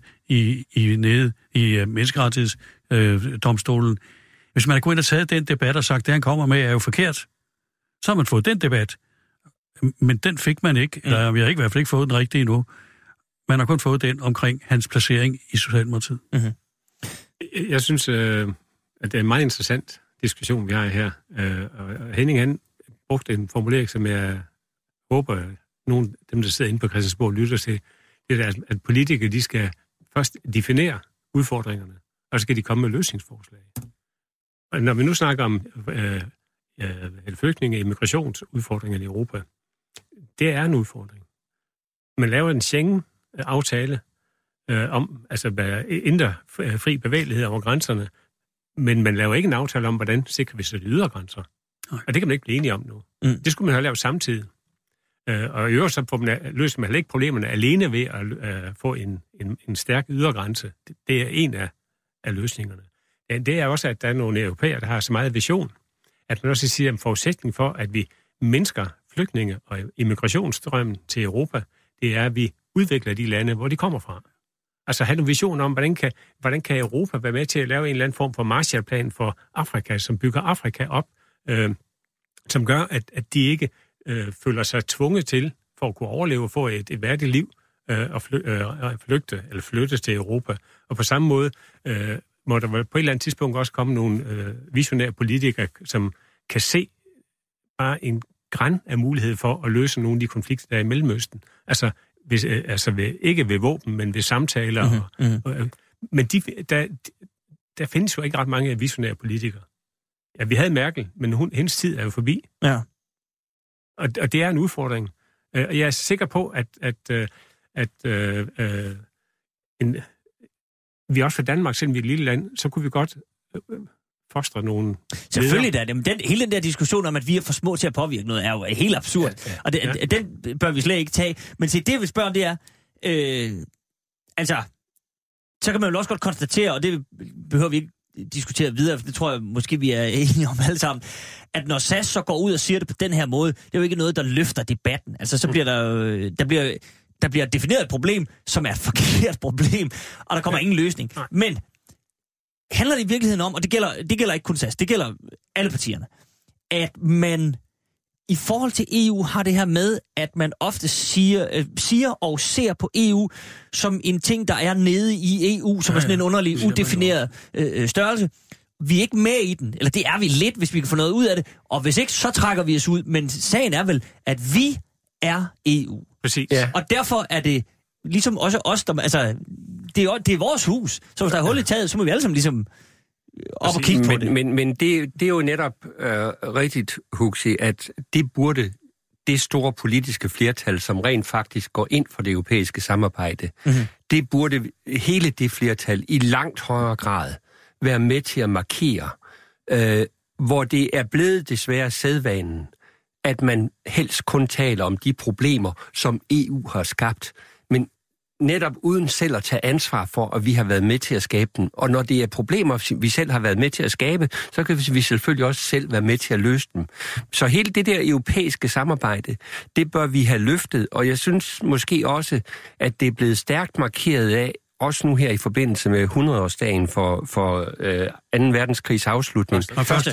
i menneskerettighedsdomstolen. Hvis man havde gået ind og taget den debat og sagt, det han kommer med er jo forkert, så har man fået den debat. Men den fik man ikke, eller vi har i hvert fald ikke fået den rigtige endnu. Man har kun fået den omkring hans placering i Socialdemokratiet. Mm-hmm. Jeg synes, det er en meget interessant diskussion, vi har her. Og Henning, han brugte en formulering, som jeg håber, nogle af dem, der sidder inde på Christiansborg, lytter til. Det er, at politikere, de skal først definere udfordringerne, og så skal de komme med løsningsforslag. Og når vi nu snakker om flygtninge- og immigrationsudfordringerne i Europa, det er en udfordring. Man laver en Schengen-aftale om indre fri bevægelighed over grænserne, men man laver ikke en aftale om, hvordan sikrer vi så de ydre grænser. Og det kan man ikke blive enige om nu. Det skulle man have lavet samtidig. Og i øvrigt så løser man heller ikke problemerne alene ved at få en stærk ydre grænse. Det er en af løsningerne. Det er også, at der er nogle europæere, der har så meget vision, at man også siger, at en forudsætning for, at vi mindsker flygtninge og immigrationsstrømmen til Europa, det er, at vi udvikler de lande, hvor de kommer fra. Altså have en vision om, hvordan kan Europa være med til at lave en eller anden form for Marshallplan for Afrika, som bygger Afrika op, som gør, at de ikke føler sig tvunget til, for at kunne overleve og få et værdigt liv, og flyttes til Europa. Og på samme måde må der på et eller andet tidspunkt også komme nogle visionære politikere, som kan se bare en græn af mulighed for at løse nogle af de konflikter, der er i Mellemøsten. Ikke ved våben, men ved samtaler. Men der findes jo ikke ret mange visionære politikere. Ja, vi havde Merkel, men hendes tid er jo forbi. Ja. Og det er en udfordring. Og jeg er sikker på, vi også for Danmark, selvom vi er et lille land, så kunne vi godt fostre nogle... Selvfølgelig da. Hele den der diskussion om, at vi er for små til at påvirke noget, er jo helt absurd. Ja. Og den bør vi slet ikke tage. Men se, det jeg vil spørge om, det er... så kan man jo også godt konstatere, og det behøver vi ikke diskutere videre, for det tror jeg måske, vi er enige om alle sammen, at når SAS så går ud og siger det på den her måde, det er jo ikke noget, der løfter debatten. Altså, så bliver der bliver defineret et problem, som er et forkert problem, og der kommer ingen løsning. Men handler det i virkeligheden om, og det gælder ikke kun SAS, det gælder alle partierne, at man i forhold til EU har det her med, at man ofte siger og ser på EU som en ting, der er nede i EU, som er sådan en underlig, udefineret størrelse. Vi er ikke med i den, eller det er vi lidt, hvis vi kan få noget ud af det, og hvis ikke, så trækker vi os ud. Men sagen er vel, at vi er EU. Præcis. Ja. Og derfor er det ligesom også os, der... Altså, det er vores hus, så hvis der er hul i taget, så må vi alle sammen ligesom op og kigge på det. Men det er jo netop rigtigt, Huxi, at det store politiske flertal, som rent faktisk går ind for det europæiske samarbejde, det burde hele det flertal i langt højere grad være med til at markere, hvor det er blevet desværre sædvanen, at man helst kun taler om de problemer, som EU har skabt, men netop uden selv at tage ansvar for, at vi har været med til at skabe dem. Og når det er problemer, vi selv har været med til at skabe, så kan vi selvfølgelig også selv være med til at løse dem. Så hele det der europæiske samarbejde, det bør vi have løftet, og jeg synes måske også, at det er blevet stærkt markeret af, også nu her i forbindelse med 100-årsdagen for 2. verdenskrigs afslutning.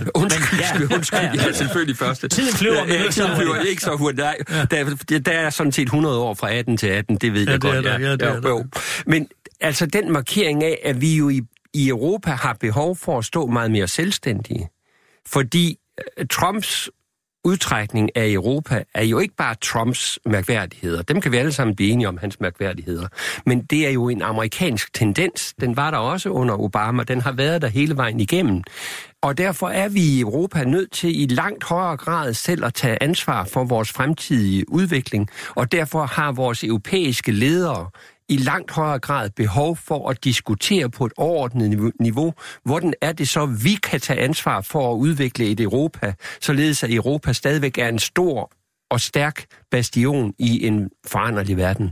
Undskyld, selvfølgelig første. Tiden flyver ikke så hurtigt. Der er sådan set 100 år fra 18 til 18, det ved jeg godt. Men altså den markering af, at vi jo i Europa har behov for at stå meget mere selvstændige, fordi Trumps udtrækning af Europa er jo ikke bare Trumps mærkværdigheder. Dem kan vi alle sammen blive enige om, hans mærkværdigheder. Men det er jo en amerikansk tendens. Den var der også under Obama. Den har været der hele vejen igennem. Og derfor er vi i Europa nødt til i langt højere grad selv at tage ansvar for vores fremtidige udvikling. Og derfor har vores europæiske ledere i langt højere grad behov for at diskutere på et overordnet niveau, hvordan er det så, vi kan tage ansvar for at udvikle et Europa, således at Europa stadigvæk er en stor og stærk bastion i en foranderlig verden.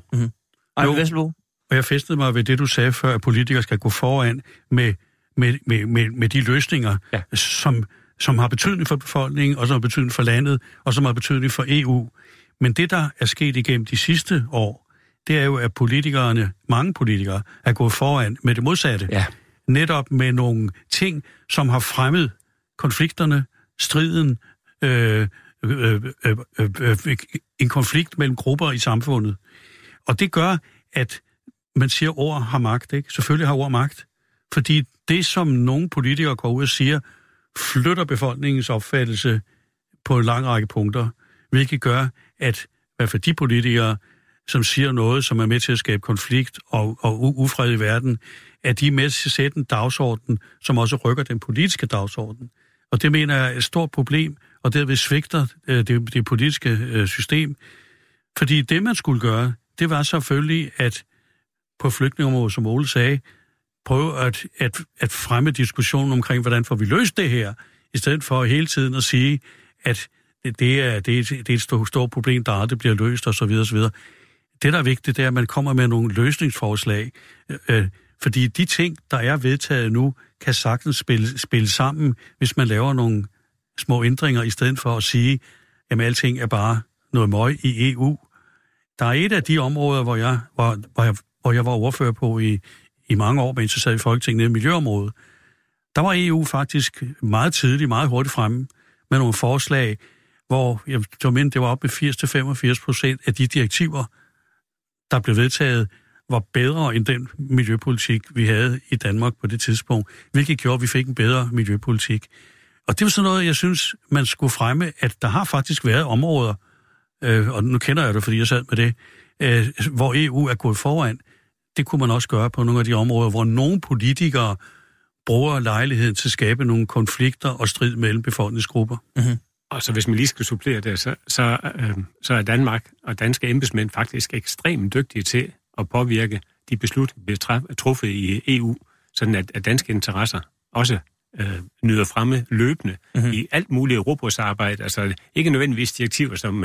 Og jeg fæstede mig ved det, du sagde før, at politikere skal gå foran med de løsninger, som har betydning for befolkningen, og som har betydning for landet, og som har betydning for EU. Men det, der er sket igennem de sidste år, det er jo, at mange politikere, er gået foran med det modsatte. Ja. Netop med nogle ting, som har fremmet konflikterne, striden, en konflikt mellem grupper i samfundet. Og det gør, at man siger, at ord har magt, ikke? Selvfølgelig har ord magt. Fordi det, som nogle politikere går ud og siger, flytter befolkningens opfattelse på en lang række punkter, hvilket gør, at i hvert fald de politikere, som siger noget, som er med til at skabe konflikt og ufred i verden, at de er med til at sætte en dagsorden, som også rykker den politiske dagsorden. Og det mener jeg er et stort problem, og derved svigter det politiske system. Fordi det, man skulle gøre, det var selvfølgelig, at på flygtningeområdet, som Ole sagde, prøve at fremme diskussionen omkring, hvordan får vi løst det her, i stedet for hele tiden at sige, at det er et stort problem, der aldrig bliver løst, osv. osv. Det, der er vigtigt, det er, at man kommer med nogle løsningsforslag, fordi de ting, der er vedtaget nu, kan sagtens spille sammen, hvis man laver nogle små ændringer, i stedet for at sige, at alting er bare noget møg i EU. Der er et af de områder, hvor jeg var ordfører på i mange år, mens jeg sad i Folketinget, i miljøområdet. Der var EU faktisk meget tidligt, meget hurtigt fremme med nogle forslag, hvor det var op med 80-85% af de direktiver, der blev vedtaget, var bedre end den miljøpolitik, vi havde i Danmark på det tidspunkt, hvilket gjorde, at vi fik en bedre miljøpolitik. Og det var sådan noget, jeg synes, man skulle fremme, at der har faktisk været områder, og nu kender jeg det, fordi jeg sad med det, hvor EU er gået foran. Det kunne man også gøre på nogle af de områder, hvor nogle politikere bruger lejligheden til at skabe nogle konflikter og strid mellem befolkningsgrupper. Mm-hmm. Og så hvis man lige skal supplere det, så er Danmark og danske embedsmænd faktisk ekstremt dygtige til at påvirke de beslutninger, der bliver truffet i EU, sådan at danske interesser også nyder fremme løbende i alt muligt robotsarbejde. Altså ikke nødvendigvis direktiver, som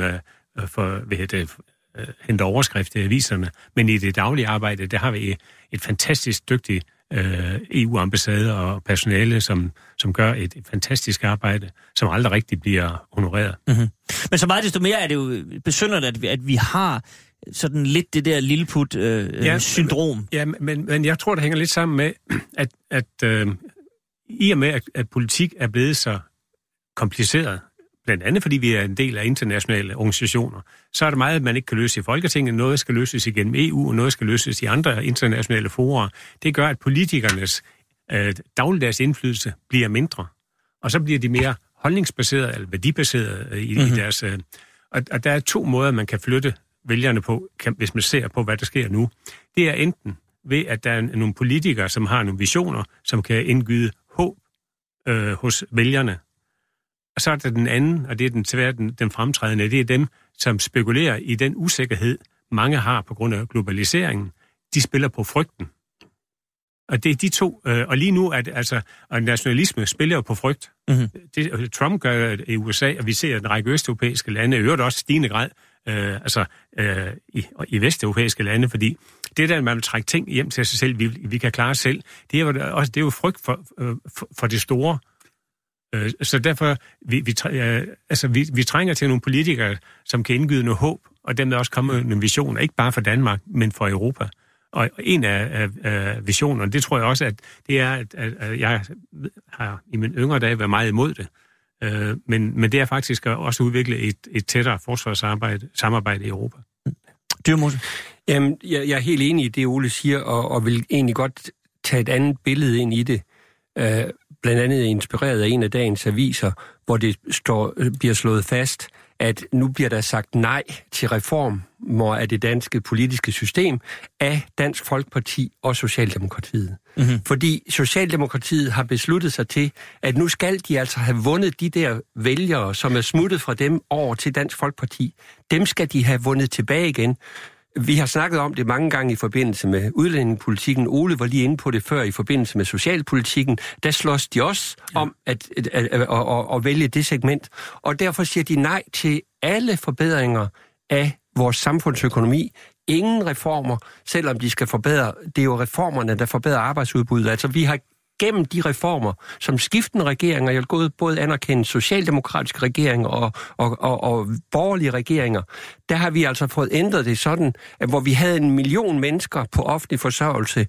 henter overskrifter i aviserne, men i det daglige arbejde, der har vi et fantastisk dygtigt EU-ambassade og personale, som gør et fantastisk arbejde, som aldrig rigtig bliver honoreret. Mm-hmm. Men så meget desto mere er det jo besynderligt, at vi har sådan lidt det der lilleput-syndrom. Ja, men jeg tror, det hænger lidt sammen med, at i og med, at politik er blevet så kompliceret, blandt andet fordi vi er en del af internationale organisationer, så er det meget, man ikke kan løse i Folketinget. Noget skal løses igennem EU, og noget skal løses i andre internationale forer. Det gør, at politikernes dagligdags indflydelse bliver mindre. Og så bliver de mere holdningsbaserede eller værdibaserede i deres... Og der er 2 måder, man kan flytte vælgerne på, hvis man ser på, hvad der sker nu. Det er enten ved, at der er nogle politikere, som har nogle visioner, som kan indgyde håb hos vælgerne. Og så er der den anden, og det er den fremtrædende, det er dem, som spekulerer i den usikkerhed, mange har på grund af globaliseringen. De spiller på frygten. Og det er de 2, og lige nu og nationalisme spiller jo på frygt. Mm-hmm. Trump gør det i USA, og vi ser en række østeuropæiske lande, i øvrigt også stigende grad, i vesteuropæiske lande, fordi det der, man vil trække ting hjem til sig selv, vi kan klare os selv, det er jo frygt for det store. Så derfor, vi trænger til nogle politikere, som kan indgyde noget håb, og dermed også komme med nogle visioner, ikke bare for Danmark, men for Europa. Og en af visionerne, det tror jeg også, at det er, at jeg har i mine yngre dage været meget imod det. Men det er faktisk også udvikle et tættere forsvarssamarbejde i Europa. Dyrmose? Jamen, jeg er helt enig i det, Ole siger, og vil egentlig godt tage et andet billede ind i det. Blandt andet inspireret af en af dagens aviser, hvor det bliver slået fast, at nu bliver der sagt nej til reformer af det danske politiske system af Dansk Folkeparti og Socialdemokratiet. Mm-hmm. Fordi Socialdemokratiet har besluttet sig til, at nu skal de altså have vundet de der vælgere, som er smuttet fra dem over til Dansk Folkeparti. Dem skal de have vundet tilbage igen. Vi har snakket om det mange gange i forbindelse med udlændingepolitikken. Ole var lige inde på det før i forbindelse med socialpolitikken. Der slås de også om at vælge det segment. Og derfor siger de nej til alle forbedringer af vores samfundsøkonomi. Ingen reformer, selvom de skal forbedre. Det er jo reformerne, der forbedrer arbejdsudbuddet. Altså vi har gennem de reformer, som skiftende regeringer, jeg vil både anerkende socialdemokratiske regeringer og borgerlige regeringer, der har vi altså fået ændret det sådan, at hvor vi havde 1 million mennesker på offentlig forsørgelse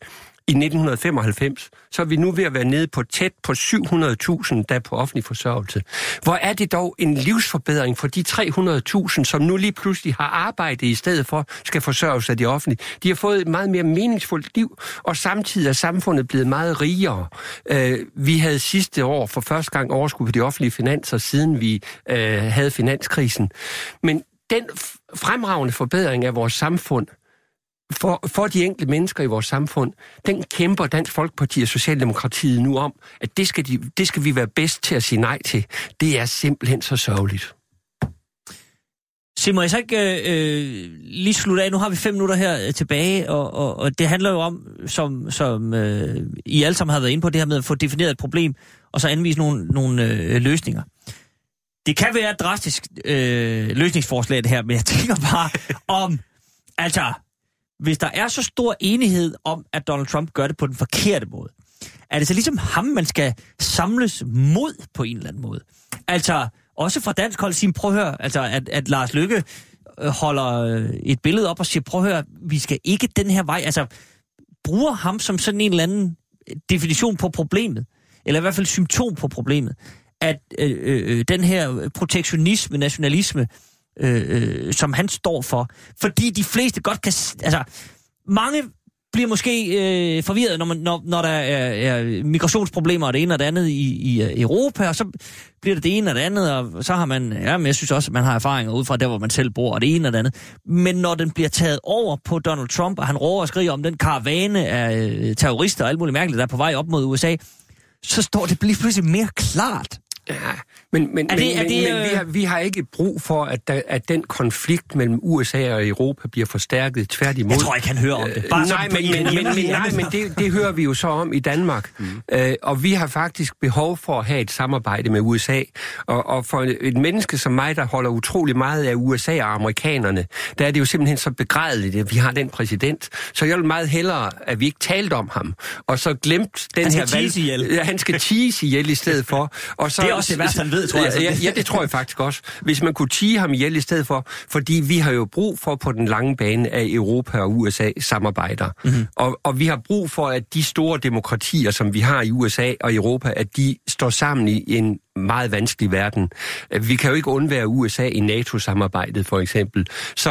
i 1995, så er vi nu ved at være nede på tæt på 700.000, der er på offentlig forsørgelse. Hvor er det dog en livsforbedring for de 300.000, som nu lige pludselig har arbejdet i stedet for, skal forsørges af det offentlige. De har fået et meget mere meningsfuldt liv, og samtidig er samfundet blevet meget rigere. Vi havde sidste år for første gang overskud på de offentlige finanser, siden vi havde finanskrisen. Men den fremragende forbedring af vores samfund, for de enkelte mennesker i vores samfund, den kæmper Dansk Folkeparti og Socialdemokratiet nu om, at det skal vi være bedst til at sige nej til. Det er simpelthen så sørgeligt. Simon, jeg så ikke lige slutte af. Nu har vi 5 minutter her tilbage, og det handler jo om, som I alle sammen har været inde på, det her med at få defineret et problem, og så anvise nogle løsninger. Det kan være et drastisk løsningsforslag, det her, men jeg tænker bare om, altså, hvis der er så stor enighed om, at Donald Trump gør det på den forkerte måde, er det så ligesom ham, man skal samles mod på en eller anden måde? Altså, også fra dansk hold sige, prøv at høre, altså, at Lars Løkke holder et billede op og siger, prøv at høre, vi skal ikke den her vej, altså, bruger ham som sådan en eller anden definition på problemet, eller i hvert fald symptom på problemet, at den her protektionisme, nationalisme, som han står for, fordi de fleste godt kan, altså, mange bliver måske forvirret, når der er migrationsproblemer og det ene og det andet i Europa, og så bliver det ene og det andet, og så har man, men jeg synes også, at man har erfaringer ud fra der, hvor man selv bor, og det ene og det andet. Men når den bliver taget over på Donald Trump, og han råber og skriger om den karavane af terrorister og alt muligt mærkeligt, der er på vej op mod USA, så står det lige pludselig mere klart. Ja, men vi har ikke brug for, at den konflikt mellem USA og Europa bliver forstærket, tværtimod. Jeg tror ikke, han hører om det. Men det hører vi jo så om i Danmark. Og vi har faktisk behov for at have et samarbejde med USA. Og for et menneske som mig, der holder utrolig meget af USA og amerikanerne, der er det jo simpelthen så begrædeligt, at vi har den præsident. Så jeg vil meget hellere, at vi ikke talte om ham. Og så glemt den her valg. Han skal tease ihjel i stedet for. Og så, det er også det værste, han ved, tror jeg. Ja, det tror jeg faktisk også. Hvis man kunne tie ham ihjel i stedet for, fordi vi har jo brug for på den lange bane af Europa og USA samarbejder. Mm-hmm. Og vi har brug for, at de store demokratier, som vi har i USA og Europa, at de står sammen i en meget vanskelig verden. Vi kan jo ikke undvære USA i NATO-samarbejdet, for eksempel.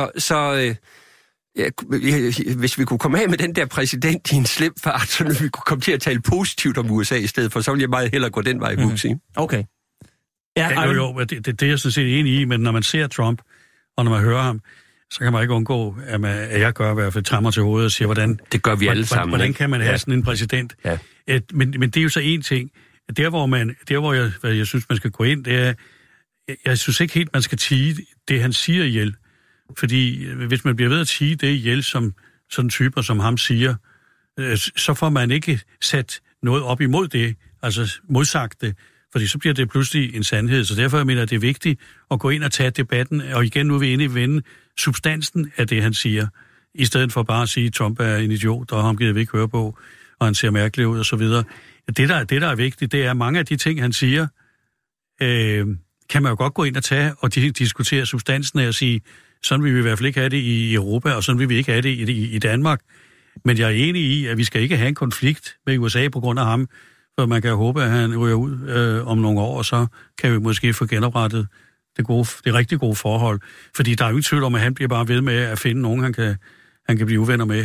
Hvis vi kunne komme af med den der præsident i en slem fart, så vi kunne komme til at tale positivt om USA i stedet for, så ville jeg meget hellere gå den vej, Huxi. Okay. Jo, det er jeg sådan set enig i, men når man ser Trump, og når man hører ham, så kan man ikke undgå, at jeg gør i hvert fald trammer til hovedet og siger, hvordan... Det gør vi alle sammen. Hvordan kan man have sådan en præsident? Ja. Men det er jo så en ting. Der hvor jeg synes, man skal gå ind, det er... Jeg synes ikke helt, man skal tie det, han siger ihjel. Fordi hvis man bliver ved at tie det ihjel, som sådan typer som ham siger, så får man ikke sat noget op imod det, altså modsagt det, fordi så bliver det pludselig en sandhed. Så derfor mener jeg, det er vigtigt at gå ind og tage debatten, og igen nu er vi inde i vende substansen af det, han siger, i stedet for bare at sige, at Trump er en idiot, og ham gider vi ikke høre på, og han ser mærkelig ud, og så videre. Det, der er vigtigt, det er, mange af de ting, han siger, kan man jo godt gå ind og tage, og diskutere substansen af at sige, sådan vil vi i hvert fald ikke have det i Europa, og sådan vil vi ikke have det i Danmark. Men jeg er enig i, at vi skal ikke have en konflikt med USA på grund af ham, for man kan håbe, at han ryger ud om nogle år, og så kan vi måske få genoprettet det rigtig gode forhold. Fordi der er jo ikke tvivl om, at han bliver bare ved med at finde nogen, han kan blive uvenner med.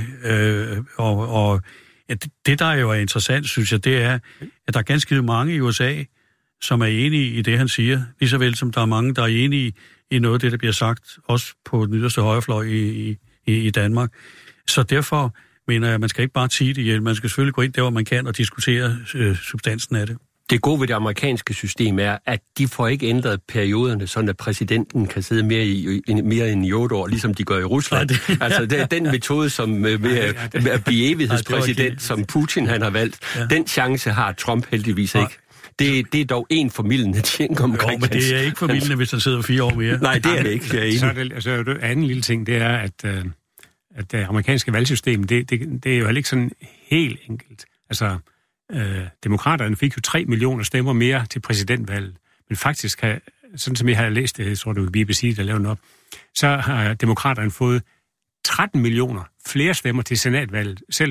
Det, der jo er interessant, synes jeg, det er, at der er ganske mange i USA, som er enige i det, han siger, lige så vel som der er mange, der er enige i noget af det, der bliver sagt, også på den yderste højrefløj i Danmark. Så derfor mener jeg, at man skal ikke bare tie det ihjel. Man skal selvfølgelig gå ind der, hvor man kan, og diskutere substansen af det. Det gode ved det amerikanske system er, at de får ikke ændret perioderne, sådan at præsidenten kan sidde mere end i 8 år, ligesom de gør i Rusland. Altså, det er den metode, som med at blive evighedspræsident, som Putin han har valgt. Ja. Den chance har Trump heldigvis ikke. Det er dog en formildende ting omkring. Jo, men det er ikke formildende, hvis han sidder 4 år mere. Nej, det er det ikke. Så er det anden lille ting, det er, at det amerikanske valgsystem, det er jo heller ikke sådan helt enkelt. Altså, demokraterne fik jo 3 millioner stemmer mere til præsidentvalget, men faktisk har, sådan som jeg har læst det, jeg tror det var BBC, der lavede den op, så har demokraterne fået 13 millioner flere stemmer til senatvalget, selvom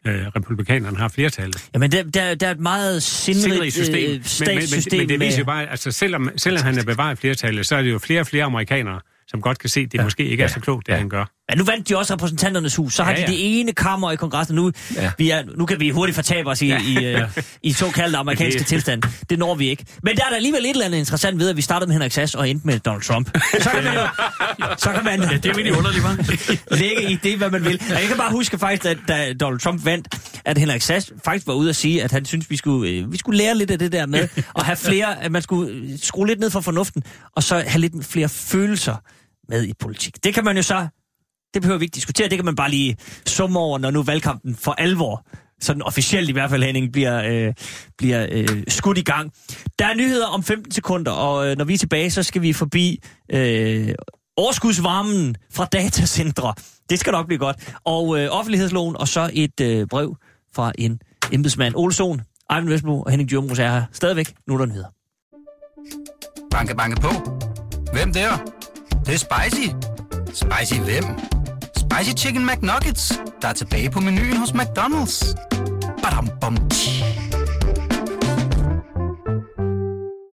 republikanerne har flertallet. Jamen, der er et meget sindrigt statssystem. Men det viser jo bare, altså selvom han er bevaret flertallet, så er det jo flere og flere amerikanere, som godt kan se, at det måske ikke er så klogt, det han gør. Ja, nu vandt de også repræsentanternes hus. Så har de det ene kammer i kongressen. Nu kan vi hurtigt fortabe os i såkaldte amerikanske tilstand. Det når vi ikke. Men der er der alligevel et eller andet interessant ved, at vi startede med Henrik Sass og endte med Donald Trump. Så kan man ja, det er virkelig underligt, hva'? lægge i det, hvad man vil. Og jeg kan bare huske faktisk, at da Donald Trump vandt, at Henrik Sass faktisk var ude at sige, at han synes, vi skulle lære lidt af det der med at have flere, at man skulle skrue lidt ned for fornuften, og så have lidt flere følelser med i politik. Det kan man jo så, det behøver vi ikke diskutere, det kan man bare lige summe over, når nu valgkampen for alvor, sådan officielt i hvert fald, Henning, bliver skudt i gang. Der er nyheder om 15 sekunder, og når vi er tilbage, så skal vi forbi overskudsvarmen fra datacentre. Det skal nok blive godt. Og offentlighedsloven, og så et brev fra en embedsmand. Ole Sohn, Eyvind Vesselbo og Henning Djurmose er her stadigvæk. Nu er der nyheder. Banke, banke på. Hvem der? Det er spicy. Spicy hvem? Spicy Chicken McNuggets, der er tilbage på menuen hos McDonald's. Badum, bom, tji.